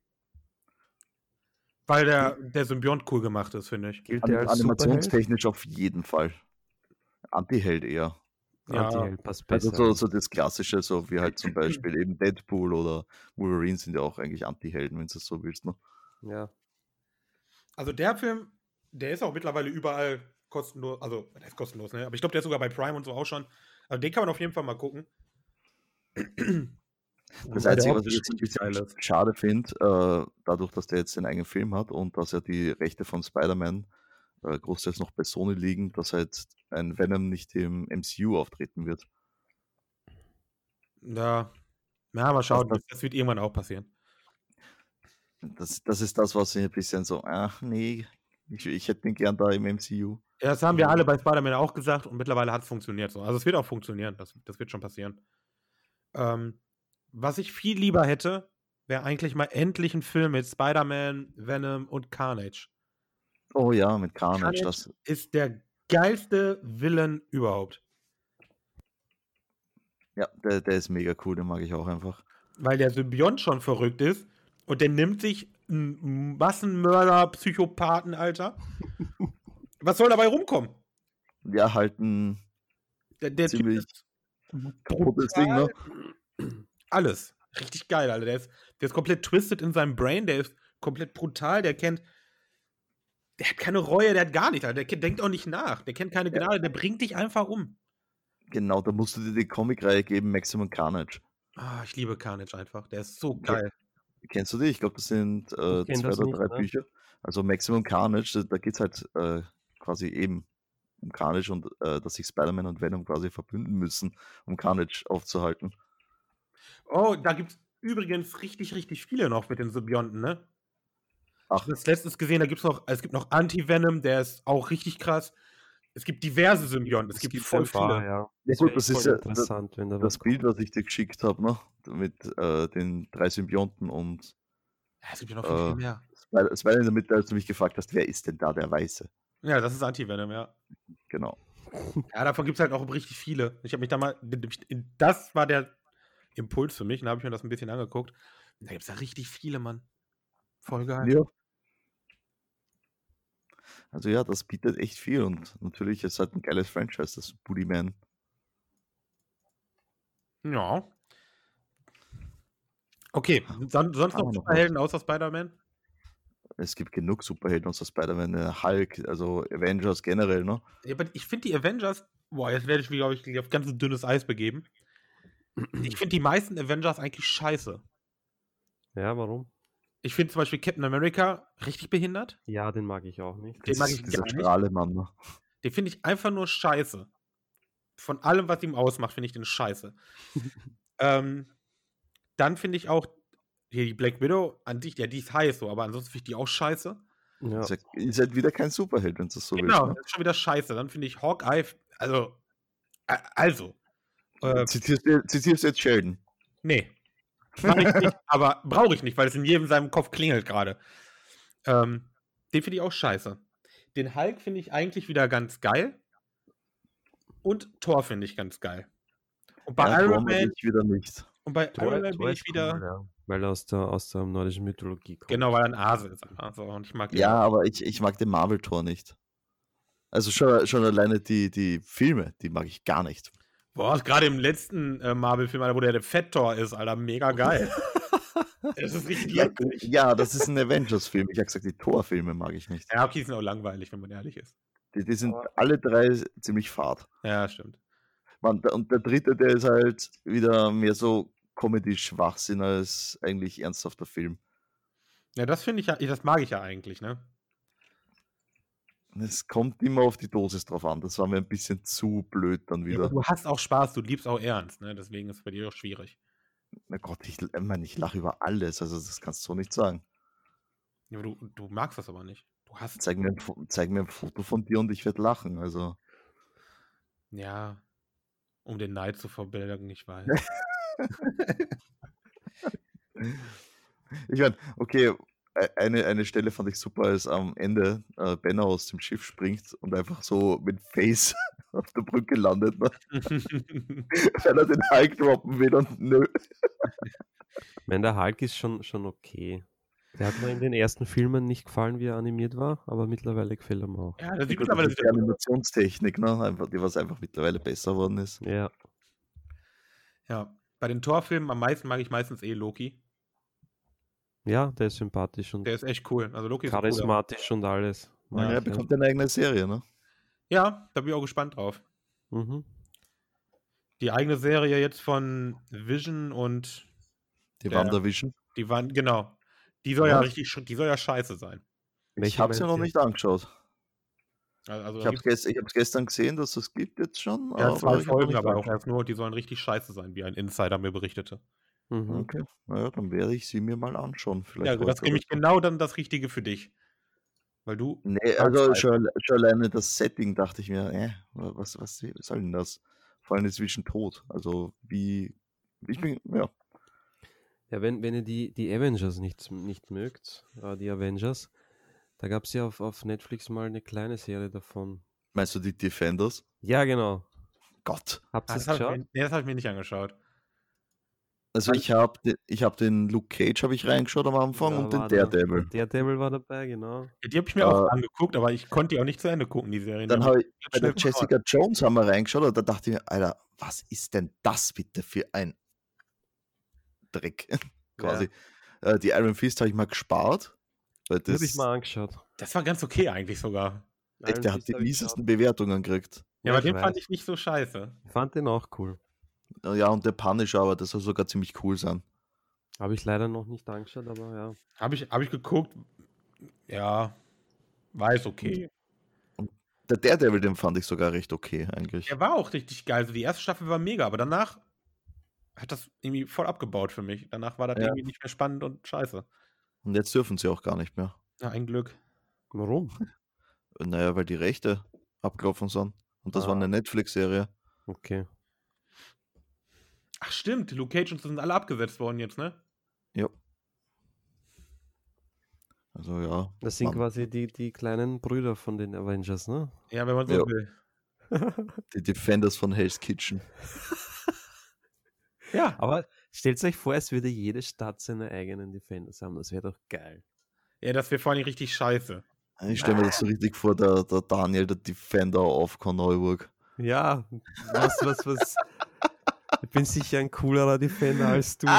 Weil der Symbiont cool gemacht ist, finde ich. Gilt der als animationstechnisch auf jeden Fall. Antiheld eher. Ja. Antiheld passt besser. Also so das Klassische, so wie halt zum Beispiel eben Deadpool oder Wolverine sind ja auch eigentlich Antihelden, wenn du es so willst, ne? Ja. Also der Film, der ist auch mittlerweile überall kostenlos, also der ist kostenlos, ne? Aber ich glaube, der ist sogar bei Prime und so auch schon. Also den kann man auf jeden Fall mal gucken. Das Einzige, was ich jetzt ein bisschen schade finde, dadurch, dass der jetzt den eigenen Film hat und dass ja die Rechte von Spider-Man großteils noch bei Sony liegen, dass halt ein Venom nicht im MCU auftreten wird. Ja, mal schauen, das wird irgendwann auch passieren. Das ist das, was ich ein bisschen so, ach nee, ich hätte den gern da im MCU. Ja, das haben wir alle bei Spider-Man auch gesagt und mittlerweile hat es funktioniert. So. Also es wird auch funktionieren, das wird schon passieren. Was ich viel lieber hätte, wäre eigentlich mal endlich ein Film mit Spider-Man, Venom und Carnage. Oh ja, mit Carnage. Das ist der geilste Villain überhaupt. Ja, der ist mega cool, den mag ich auch einfach. Weil der Symbiont schon verrückt ist und der nimmt sich einen Massenmörder, Psychopathen, Alter. Was soll dabei rumkommen? Ja, halt ein ziemlich kaputtes Ding, ne? Alles. Richtig geil, Alter. Der ist komplett twisted in seinem Brain, der ist komplett brutal, der hat keine Reue, der hat gar nichts, Alter. Der denkt auch nicht nach, der kennt keine Gnade, der bringt dich einfach um. Genau, da musst du dir die Comicreihe geben, Maximum Carnage. Ich liebe Carnage einfach, der ist so geil. Kennst du die? Ich glaube, das sind 2 oder 3 Bücher. Also Maximum Carnage, da geht es halt quasi eben um Carnage und dass sich Spider-Man und Venom quasi verbünden müssen, um Carnage aufzuhalten. Oh, da gibt es übrigens richtig, richtig viele noch mit den Symbionten, ne? Ach. Ich habe das letztens gesehen, es gibt noch Anti-Venom, der ist auch richtig krass. Es gibt diverse Symbionten, es gibt voll viele. Ja. Das ist ja interessant, wenn das Bild, was ich dir geschickt habe, ne? Mit den 3 Symbionten und es gibt ja noch viel mehr. Es war in der Mitte, als du mich gefragt hast, wer ist denn da der Weiße? Ja, das ist Anti-Venom, ja. Genau. Ja, davon gibt es halt auch richtig viele. Ich habe mich da mal, das war der Impuls für mich, und da habe ich mir das ein bisschen angeguckt. Und da gibt es ja richtig viele, Mann. Voll geil. Ja. Also ja, das bietet echt viel und natürlich ist halt ein geiles Franchise, das Boogeyman. Ja. Okay, sonst noch Superhelden außer Spider-Man? Es gibt genug Superhelden außer Spider-Man, Hulk, also Avengers generell, ne? Ja, aber ich finde die Avengers, jetzt werde ich mich, glaube ich, auf ganz dünnes Eis begeben. Ich finde die meisten Avengers eigentlich scheiße. Ja, warum? Ich finde zum Beispiel Captain America richtig behindert. Ja, den mag ich auch nicht. Den mag ich Dieser gar nicht. Strahlemann. Ne? Den finde ich einfach nur scheiße. Von allem, was ihm ausmacht, finde ich den scheiße. Dann finde ich auch hier die Black Widow an sich, ja, die ist heiß so, aber ansonsten finde ich die auch scheiße. Ja. Ist halt wieder kein Superheld, wenn du das so willst. Genau, Ne? das ist schon wieder scheiße. Dann finde ich Hawkeye, also. Zitierst du jetzt Sheldon? Nee. Mach ich nicht, aber brauche ich nicht, weil es in jedem seinem Kopf klingelt gerade. Den finde ich auch scheiße. Den Hulk finde ich eigentlich wieder ganz geil. Und Thor finde ich ganz geil. Und bei Iron Man wieder nicht. Und bei Iron Man bin ich wieder. Cool, ja. Weil er aus der nordischen Mythologie kommt. Genau, weil er ein Hase ist. Also, und ich mag aber ich mag den Marvel-Thor nicht. Also schon alleine die Filme, die mag ich gar nicht. Boah, gerade im letzten Marvel-Film, wo der Fett-Thor ist, Alter, mega geil. Das ist richtig lustig. Ja, das ist ein Avengers-Film. Ich habe gesagt, die Thor-Filme mag ich nicht. Ja, okay, die sind auch langweilig, wenn man ehrlich ist. Die sind alle drei ziemlich fad. Ja, stimmt. Und der dritte, der ist halt wieder mehr so Comedy-Schwachsinn als eigentlich ernsthafter Film. Ja, das finde ich ja, das mag ich ja eigentlich, ne? Es kommt immer auf die Dosis drauf an. Das war mir ein bisschen zu blöd dann wieder. Ja, du hast auch Spaß, du liebst auch ernst, ne? Deswegen ist es bei dir auch schwierig. Na Gott, ich lache über alles. Also das kannst du so nicht sagen. Ja, aber du magst das aber nicht. Du hast. Zeig mir ein Foto von dir und ich werde lachen. Also. Ja, um den Neid zu verbildern, ich weiß. Ich meine, okay, eine Stelle fand ich super, als am Ende Banner aus dem Schiff springt und einfach so mit Face auf der Brücke landet. Ne? Weil er den Hulk droppen will und nö. Ich meine, der Hulk ist schon okay. Der hat mir in den ersten Filmen nicht gefallen, wie er animiert war, aber mittlerweile gefällt er mir auch. Ja, das sieht mittlerweile die Animationstechnik, ne? Die was einfach mittlerweile besser geworden ist. Ja. Ja, bei den Thor-Filmen am meisten mag ich meistens Loki. Ja, der ist sympathisch und der ist echt cool. Also Loki ist charismatisch und alles. Ja, er bekommt eine eigene Serie, ne? Ja, da bin ich auch gespannt drauf. Mhm. Die eigene Serie jetzt von Vision und die WandaVision. Genau. Die soll ja scheiße sein. Ich habe sie ja noch nicht angeschaut. Also ich habe es gestern gesehen, dass es gibt jetzt schon. Ja, 2 Folgen, aber auch erst nur, die sollen richtig scheiße sein, wie ein Insider mir berichtete. Mhm. Okay, naja, dann werde ich sie mir mal anschauen. Vielleicht ja, also das ist nämlich genau dann das Richtige für dich. Weil du. Nee, also schon alleine das Setting dachte ich mir, was soll denn das? Vor allem zwischen tot. Also ich bin, ja. Ja, wenn ihr die Avengers nicht mögt, die Avengers, da gab es ja auf Netflix mal eine kleine Serie davon. Meinst du die Defenders? Ja, genau. Gott. Habt ihr das geschaut? Das habe ich mir nicht angeschaut. Also ich hab den Luke Cage reingeschaut am Anfang und den Daredevil. Daredevil war dabei, genau. Ja, die habe ich mir auch angeguckt, aber ich konnte die auch nicht zu Ende gucken, die Serien. Dann habe ich bei der Jessica Jones haben wir reingeschaut und da dachte ich mir, Alter, was ist denn das bitte für ein Dreck? Quasi. Ja. Die Iron Fist habe ich mal gespart. Das habe ich mal angeschaut. Das war ganz okay eigentlich sogar. Echt, der hat die miesesten Bewertungen gekriegt. Ja, aber den fand ich nicht so scheiße. Ich fand den auch cool. Ja, und der Punisher, aber das soll sogar ziemlich cool sein. Habe ich leider noch nicht angeschaut, aber ja. Habe ich geguckt. Ja, war es okay. Und der Daredevil, den fand ich sogar recht okay eigentlich. Der war auch richtig geil. Also die erste Staffel war mega, aber danach hat das irgendwie voll abgebaut für mich. Danach war das irgendwie nicht mehr spannend und scheiße. Und jetzt dürfen sie auch gar nicht mehr. Ja, ein Glück. Warum? Naja, weil die Rechte abgelaufen sind. Und das war eine Netflix-Serie. Okay. Ach stimmt, die Luke Cage und so sind alle abgesetzt worden jetzt, ne? Ja. Also ja. Das sind quasi die kleinen Brüder von den Avengers, ne? Ja, wenn man so will. Die Defenders von Hell's Kitchen. Ja. Aber stellt euch vor, es würde jede Stadt seine eigenen Defenders haben. Das wäre doch geil. Ja, das wäre vor allem richtig scheiße. Ich stelle mir das so richtig vor, der Daniel, der Defender auf Korneuburg. Ja, was. Ich bin sicher ein coolerer Defender als du.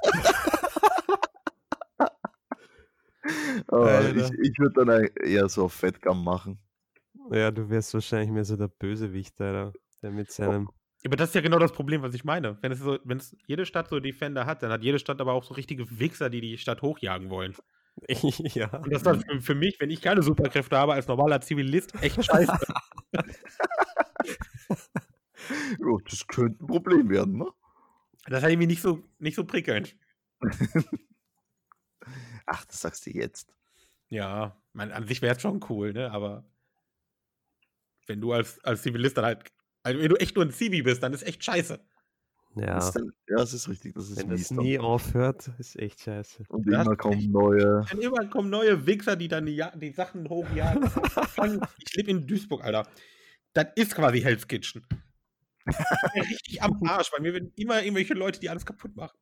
Ich würde dann eher so Fettgum machen. Ja, du wärst wahrscheinlich mehr so der Bösewicht, Alter, der mit seinem Aber das ist ja genau das Problem, was ich meine. Wenn es jede Stadt so Defender hat, dann hat jede Stadt aber auch so richtige Wichser, die Stadt hochjagen wollen. Ja. Und das ist dann für mich, wenn ich keine Superkräfte habe, als normaler Zivilist, echt scheiße. Ja, das könnte ein Problem werden, ne? Das ist irgendwie nicht so prickelnd. Ach, das sagst du jetzt. Ja, an sich wäre es schon cool, ne? Aber wenn du als Zivilist dann halt, also wenn du echt nur ein Zivi bist, dann ist echt scheiße. Ja. Das ist richtig. Das ist wenn das nie aufhört, ist echt scheiße. Und immer kommen neue. Wenn immer kommen neue Wichser, die dann die Sachen hochjagen. Ich lebe in Duisburg, Alter. Das ist quasi Hell's Kitchen. Ich bin richtig am Arsch, weil mir werden immer irgendwelche Leute, die alles kaputt machen.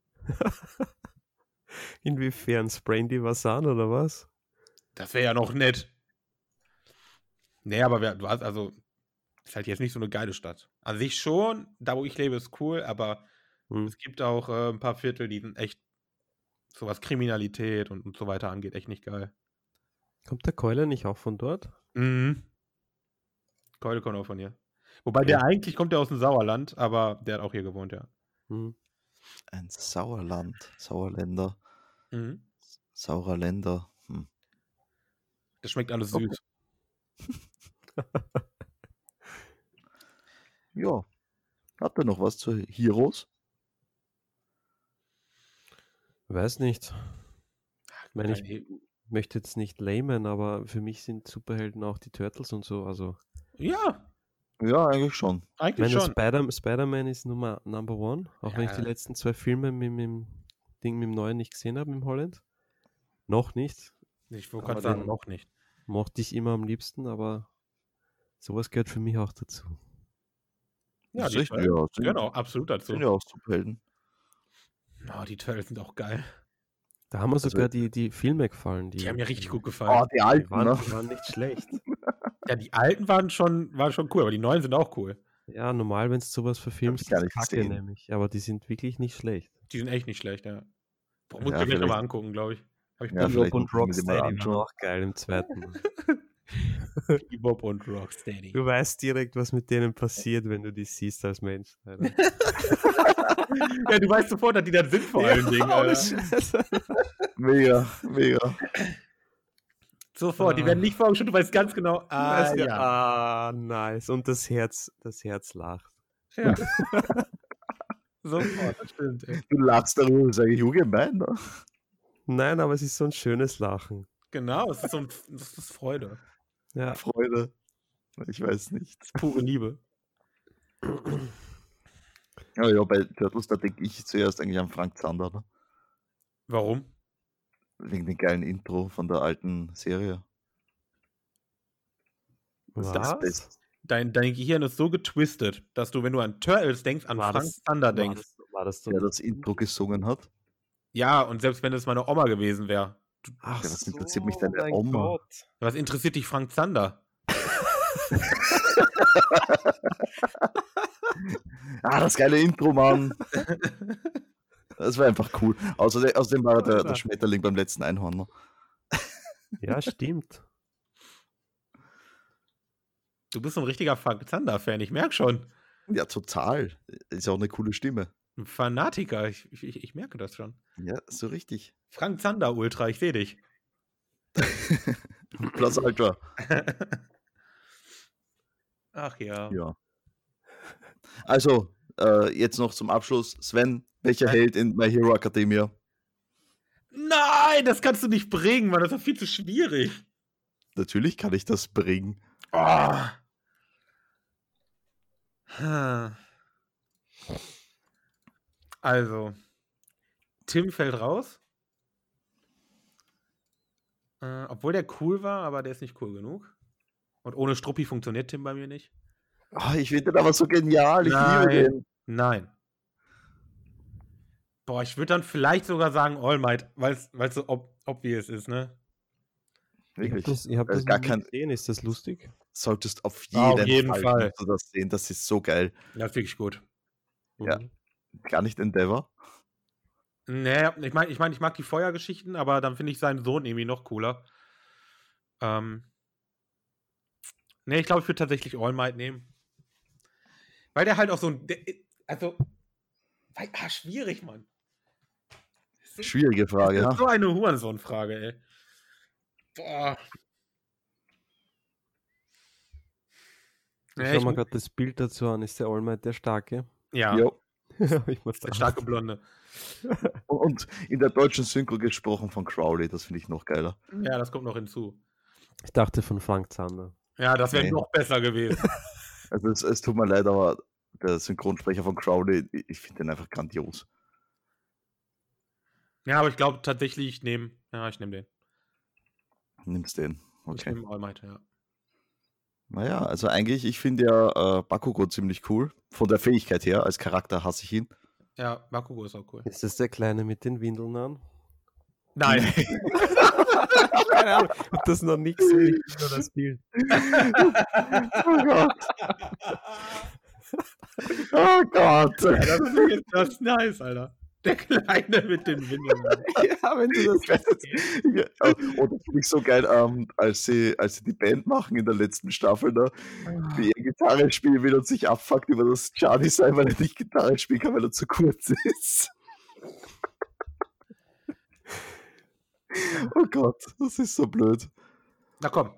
Inwiefern sprayen die was an, oder was? Das wäre ja noch nett. Nee, aber du hast ist halt jetzt nicht so eine geile Stadt. An sich schon, da wo ich lebe, ist cool, aber es gibt auch ein paar Viertel, die sind echt, so was Kriminalität und so weiter angeht, echt nicht geil. Kommt der Keule nicht auch von dort? Mhm. Keule kommt auch von hier. Wobei der eigentlich kommt ja aus dem Sauerland, aber der hat auch hier gewohnt, ja. Ein Sauerland. Sauerländer. Mhm. Sauerländer. Das schmeckt alles süß. Ja. Habt ihr noch was zu Heroes? Weiß nicht. Ich meine, ich möchte jetzt nicht lamen, aber für mich sind Superhelden auch die Turtles und so. Also ja. Ja, eigentlich schon. Eigentlich schon. Spider-Man ist Number One, auch wenn ich die letzten 2 Filme mit dem Neuen nicht gesehen habe im Holland. Noch nicht. Ich wollte gerade sagen, noch nicht. Mochte ich immer am liebsten, aber sowas gehört für mich auch dazu. Ja, die Turtles. Genau, absolut dazu. Sind ja auch Superhelden. Oh, die Turtles sind auch geil. Da haben mir sogar die Filme gefallen. Die haben mir richtig gut gefallen. Oh, die alten, die waren nicht schlecht. Ja, die alten waren schon cool, aber die neuen sind auch cool. Ja, normal, wenn es sowas verfilmst, ist Kacke nämlich. Aber die sind wirklich nicht schlecht. Die sind echt nicht schlecht, ja. Boah, muss ich mir gleich nochmal angucken, glaube ich. Bob und Rocksteady waren auch geil im zweiten. Bob und Rocksteady. Du weißt direkt, was mit denen passiert, wenn du die siehst als Mensch. Ja, du weißt sofort, dass die dann sind vor allen Dingen. Mega. Sofort, die werden nicht vorgestellt, du weißt ganz genau, nice. Und das Herz lacht. Ja. Sofort, das stimmt. Ey. Du lachst darüber, das ist eigentlich gemein, ne? Nein, aber es ist so ein schönes Lachen. Genau, das ist Freude. Ja. Freude. Ich weiß nicht. Pure Liebe. Ja, bei Turtles, da denke ich zuerst eigentlich an Frank Zander. Ne? Warum? Wegen dem geilen Intro von der alten Serie. Was? Dein Gehirn ist so getwistet, dass du, wenn du an Turtles denkst, an Frank Zander denkst. War das so, der das Intro gesungen hat? Ja, und selbst wenn es meine Oma gewesen wäre. Ach, was interessiert mich deine Oma? Gott. Was interessiert dich Frank Zander? Das geile Intro, Mann. Das war einfach cool. Außerdem war der Schmetterling beim letzten Einhorn. Ne? Ja, stimmt. Du bist so ein richtiger Frank Zander-Fan, ich merke schon. Ja, total. Ist auch eine coole Stimme. Ein Fanatiker, ich merke das schon. Ja, so richtig. Frank Zander Ultra, ich sehe dich. Plus Ultra. Ach ja. Ja. Also, jetzt noch zum Abschluss. Sven, welcher Held in My Hero Academia? Nein, das kannst du nicht bringen, Mann. Das ist viel zu schwierig. Natürlich kann ich das bringen. Oh. Also, Tim fällt raus. Obwohl der cool war, aber der ist nicht cool genug. Und ohne Struppi funktioniert Tim bei mir nicht. Ich finde den aber so genial. Ich liebe den. Nein. Boah, ich würde dann vielleicht sogar sagen All Might, weil es so obvious ist, ne? Wirklich. Ihr habt das gar nicht gesehen, ist das lustig? Solltest auf jeden Fall das sehen, das ist so geil. Ja, ist wirklich gut. Ja. Gar nicht Endeavor? Nee, ich mag die Feuergeschichten, aber dann finde ich seinen Sohn irgendwie noch cooler. Nee, ich glaube, ich würde tatsächlich All Might nehmen. Weil der halt auch so ein. Schwierig, Mann. Schwierige Frage, ja. So eine Hurensohn-Frage, ey. Boah. Ich schau mal gerade das Bild dazu an. Ist der All Might der Starke? Ja. Jo. Ich muss der starke Blonde. Und in der deutschen Synchro gesprochen von Crowley, das finde ich noch geiler. Ja, das kommt noch hinzu. Ich dachte von Frank Zander. Ja, das wäre noch besser gewesen. Also es tut mir leid, aber der Synchronsprecher von Crowley, ich finde den einfach grandios. Ja, aber ich glaube tatsächlich, ich nehme den. Nimmst den, okay. Ich nehme All Might, ja. Naja, also eigentlich, ich finde ja Bakugo ziemlich cool. Von der Fähigkeit her, als Charakter hasse ich ihn. Ja, Bakugo ist auch cool. Ist das der Kleine mit den Windeln an? Nein. Keine Ahnung, ich hab das noch nie gesehen, nur das Bild. Oh Gott. Oh Gott. Ja, das ist nice, Alter. Der Kleine mit den Windeln. Ja, wenn du das weißt. Oh, das finde ich so geil, als sie die Band machen in der letzten Staffel, ne, wie er Gitarre spielen will und sich abfuckt über das Charlie sein, weil er nicht Gitarre spielen kann, weil er zu kurz ist. Oh Gott, das ist so blöd. Na komm.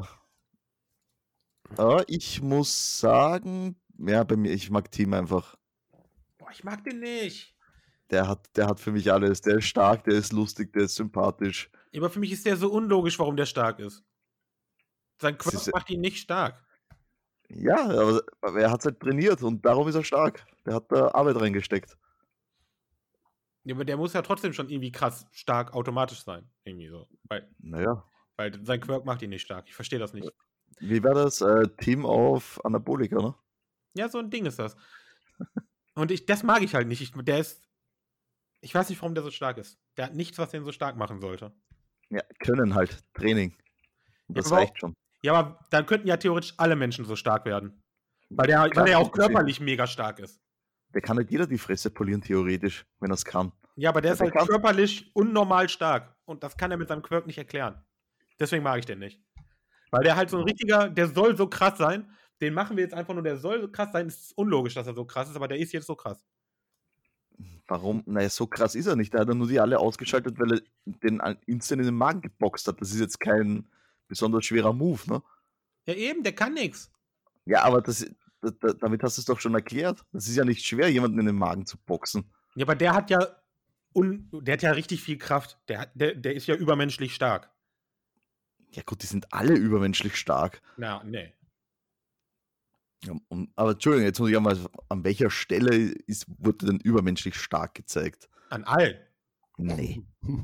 Ich muss sagen, ja, bei mir, ich mag Team einfach. Boah, ich mag den nicht. Der hat für mich alles. Der ist stark, der ist lustig, der ist sympathisch. Aber für mich ist der so unlogisch, warum der stark ist. Sein Quirk macht ihn nicht stark. Ja, aber er hat es halt trainiert und darum ist er stark. Der hat da Arbeit reingesteckt. Ja, aber der muss ja trotzdem schon irgendwie krass stark automatisch sein. Irgendwie so. Weil sein Quirk macht ihn nicht stark. Ich verstehe das nicht. Wie war das? Team auf Anabolika, ne? Ja, so ein Ding ist das. Und das mag ich halt nicht. Ich weiß nicht, warum der so stark ist. Der hat nichts, was den so stark machen sollte. Ja, können halt. Training. Das ja, reicht schon. Ja, aber dann könnten ja theoretisch alle Menschen so stark werden. Weil der auch körperlich mega stark ist. Der kann halt jeder die Fresse polieren, theoretisch, wenn er es kann. Ja, aber der ist halt körperlich unnormal stark. Und das kann er mit seinem Quirk nicht erklären. Deswegen mag ich den nicht. Weil der halt so ein richtiger, der soll so krass sein. Den machen wir jetzt einfach nur, der soll so krass sein. Es ist unlogisch, dass er so krass ist, aber der ist jetzt so krass. Warum? Naja, so krass ist er nicht. Der hat nur die alle ausgeschaltet, weil er den instant in den Magen geboxt hat. Das ist jetzt kein besonders schwerer Move, ne? Ja eben, der kann nichts. Ja, aber damit hast du es doch schon erklärt. Das ist ja nicht schwer, jemanden in den Magen zu boxen. Ja, aber der hat ja richtig viel Kraft. Der ist ja übermenschlich stark. Ja gut, die sind alle übermenschlich stark. Na, nee. Ja, aber Entschuldigung, jetzt muss ich einmal, an welcher Stelle wurde denn übermenschlich stark gezeigt? An allen. Nee.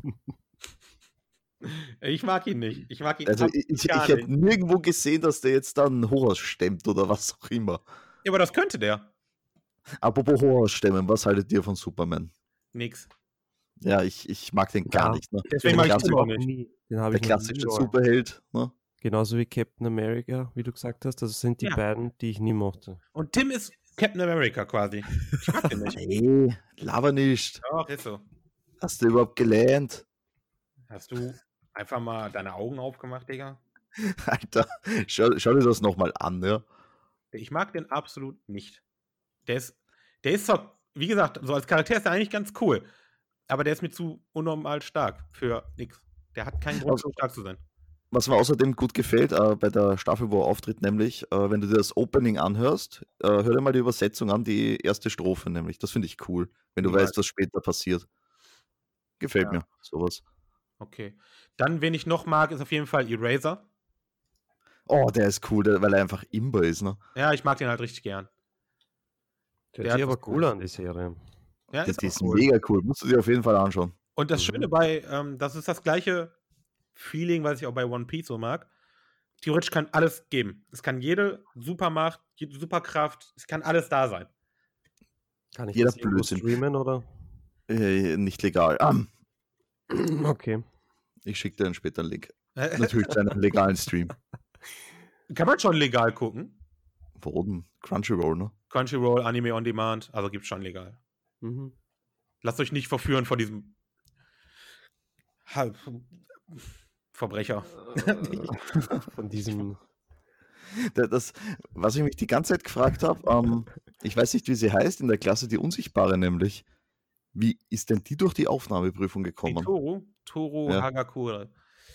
Ich mag ihn nicht. Ich mag ihn also ich hätte nirgendwo gesehen, dass der jetzt dann Horus stemmt oder was auch immer. Ja, aber das könnte der. Apropos Horus stemmen, was haltet ihr von Superman? Nix. Ja, ich mag den gar nicht. Ne? Deswegen mag ich den auch nicht. Der klassische Superheld. Ne? Genauso wie Captain America, wie du gesagt hast. Das sind die beiden, die ich nie mochte. Und Tim ist Captain America quasi. Ich mag den nicht. Nee, laber nicht. Doch, ist so. Hast du überhaupt gelernt? Hast du einfach mal deine Augen aufgemacht, Digga? Alter, schau dir das nochmal an, ja? Ich mag den absolut nicht. Der ist zwar, wie gesagt, so als Charakter ist er eigentlich ganz cool. Aber der ist mir zu unnormal stark für nix. Der hat keinen Grund, so stark zu sein. Was mir außerdem gut gefällt bei der Staffel, wo er auftritt, nämlich, wenn du dir das Opening anhörst, hör dir mal die Übersetzung an, die erste Strophe nämlich. Das finde ich cool, wenn du weißt, was später passiert. Gefällt mir, sowas. Okay. Dann, wen ich noch mag, ist auf jeden Fall Eraser. Oh, der ist cool, weil er einfach Imber ist, ne? Ja, ich mag den halt richtig gern. Der hört sich aber cool an, die Serie. Ja, die ist mega cool. Musst du dir auf jeden Fall anschauen. Und das Schöne das ist das gleiche Feeling, was ich auch bei One Piece so mag. Theoretisch kann alles geben. Es kann jede Supermacht, jede Superkraft, es kann alles da sein. Kann ich jeder das Blödsinn streamen, oder? Nicht legal. Okay. Ich schicke dir dann später einen Link. Natürlich zu einem legalen Stream. Kann man schon legal gucken? Wo denn? Crunchyroll, ne? Crunchyroll, Anime on Demand, also gibt's schon legal. Mhm. Lasst euch nicht verführen von diesem Verbrecher. Von diesem. Was ich mich die ganze Zeit gefragt habe, Ich weiß nicht, wie sie heißt in der Klasse, die Unsichtbare nämlich. Wie ist denn die durch die Aufnahmeprüfung gekommen? Toru Ja. Hagakure.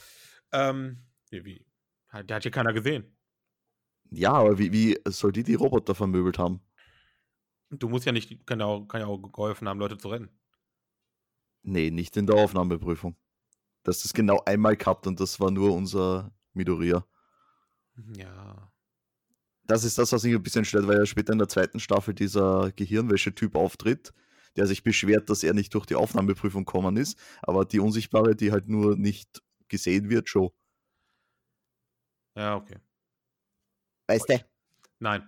Wie? Der hat hier keiner gesehen. Ja, aber wie soll die Roboter vermöbelt haben? Du musst ja nicht, kann ja auch geholfen haben, Leute zu retten. Nee, nicht in der Aufnahmeprüfung. Das ist genau einmal gehabt und das war nur unser Midoriya. Ja. Das ist das, was mich ein bisschen stört, weil ja später in der 2. Staffel dieser Gehirnwäsche-Typ auftritt, der sich beschwert, dass er nicht durch die Aufnahmeprüfung gekommen ist, aber die Unsichtbare, die halt nur nicht gesehen wird, schon. Ja, okay. Weißt du? Nein.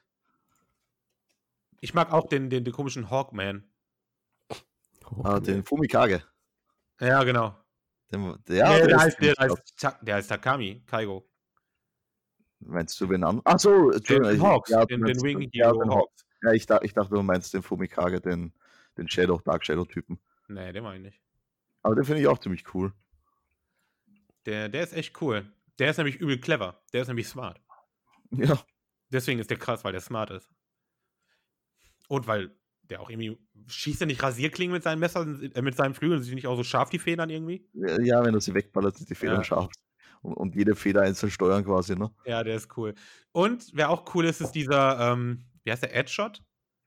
Ich mag auch den komischen Hawkman. Den Fumikage. Ja, genau. Der heißt Takami, Kaigo. Meinst du wen an? Achso, den Hawks, ja, den Wing Hero Hawks. Ja, ich dachte, du meinst den Fumikage, den Dark Shadow-Typen. Nee, den meine ich nicht. Aber den finde ich auch ziemlich cool. Der ist echt cool. Der ist nämlich übel clever. Der ist nämlich smart. Ja. Deswegen ist der krass, weil der smart ist. Und weil der auch irgendwie, schießt er nicht Rasierklingen mit seinen Messern, mit seinen Flügeln, sind die nicht auch so scharf, die Federn irgendwie? Ja, wenn du sie wegballert, sind die Federn scharf. Und jede Feder einzeln steuern quasi, ne? Ja, der ist cool. Und wer auch cool ist dieser, wie heißt der, Edgeshot?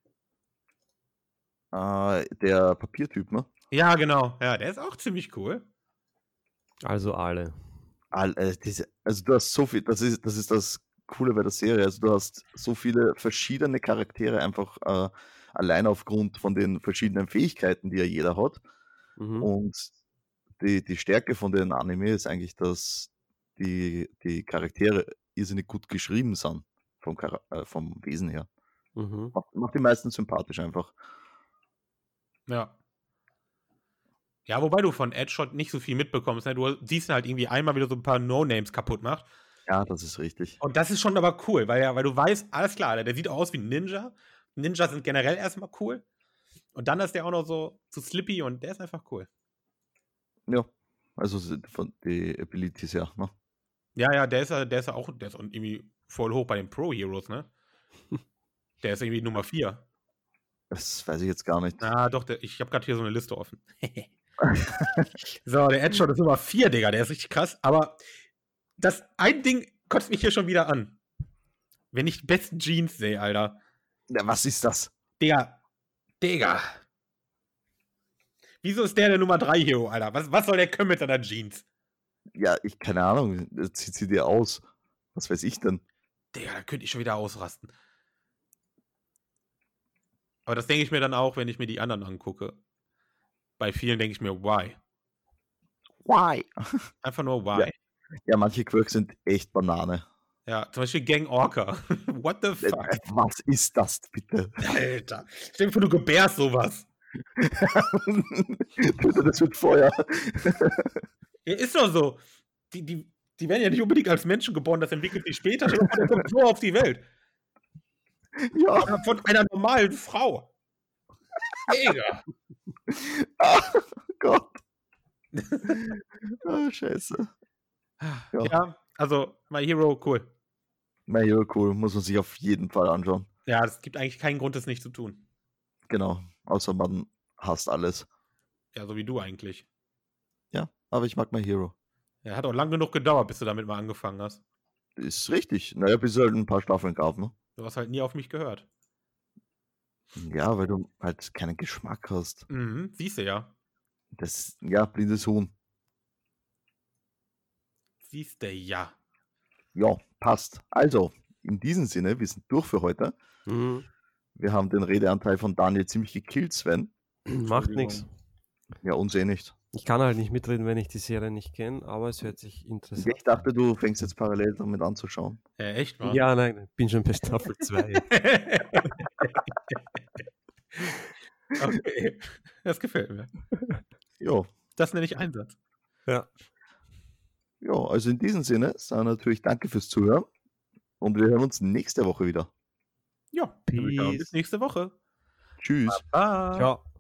Der Papiertyp, ne? Ja, genau. Ja, der ist auch ziemlich cool. Also alle. Also du hast so viel, das ist das Coole bei der Serie. Also du hast so viele verschiedene Charaktere einfach allein aufgrund von den verschiedenen Fähigkeiten, die ja jeder hat. Mhm. Und die Stärke von den Anime ist eigentlich, dass die Charaktere irrsinnig gut geschrieben sind, vom Wesen her. Mhm. Macht die meisten sympathisch einfach. Ja. Ja, wobei du von Edgeshot nicht so viel mitbekommst. Ne? Du siehst halt irgendwie einmal wieder so ein paar No-Names kaputt macht. Ja, das ist richtig. Und das ist schon aber cool, weil du weißt, alles klar, der sieht auch aus wie ein Ninja. Ninja sind generell erstmal cool. Und dann ist der auch noch so zu Slippy und der ist einfach cool. Ja, also von die Abilities, ja, ne? Ja, der ist irgendwie voll hoch bei den Pro-Heroes, ne? Der ist irgendwie Nummer 4. Das weiß ich jetzt gar nicht. Ah, doch, ich habe gerade hier so eine Liste offen. So, der Edgeshot ist Nummer 4, Digga, der ist richtig krass. Aber das ein Ding kotzt mich hier schon wieder an. Wenn ich die besten Jeans sehe, Alter. Ja, was ist das? Digga. Wieso ist der Nummer 3 Hero, Alter? Was soll der können mit seiner Jeans? Ja, keine Ahnung. Zieht sie dir aus? Was weiß ich denn? Digga, da könnte ich schon wieder ausrasten. Aber das denke ich mir dann auch, wenn ich mir die anderen angucke. Bei vielen denke ich mir, why? Why? Einfach nur why. Ja, manche Quirks sind echt Banane. Ja, zum Beispiel Gang Orca. What the fuck? Was ist das bitte? Alter. Stell dir vor, du gebärst sowas. Das wird Feuer. Ja, ist doch so. Die werden ja nicht unbedingt als Menschen geboren, das entwickelt sich später. Stell dir vor, der kommt so auf die Welt. Ja. Aber von einer normalen Frau. Mega. Oh Gott. Oh, scheiße. Ja, also My Hero, cool. My Hero, cool. Muss man sich auf jeden Fall anschauen. Ja, es gibt eigentlich keinen Grund, das nicht zu tun. Genau. Außer man hasst alles. Ja, so wie du eigentlich. Ja, aber ich mag My Hero. Ja, hat auch lang genug gedauert, bis du damit mal angefangen hast. Ist richtig. Naja, bis es halt ein paar Staffeln gab, ne? Du hast halt nie auf mich gehört. Ja, weil du halt keinen Geschmack hast. Mhm, siehst du ja. Blindes Huhn. Siehst du ja. Ja, passt. Also, in diesem Sinne, wir sind durch für heute. Mhm. Wir haben den Redeanteil von Daniel ziemlich gekillt, Sven. Macht nichts. Ja, uns eh nicht. Ich kann halt nicht mitreden, wenn ich die Serie nicht kenne, aber es hört sich interessant an. Ich dachte, du fängst jetzt parallel damit anzuschauen. Ja, echt, Mann? Ja, nein, ich bin schon bei Staffel 2. Okay, das gefällt mir. Ja. Das nenne ich Einsatz. Ja. Ja, also in diesem Sinne, sagen wir natürlich danke fürs Zuhören und wir hören uns nächste Woche wieder. Ja, bis nächste Woche. Tschüss. Bye. Ciao.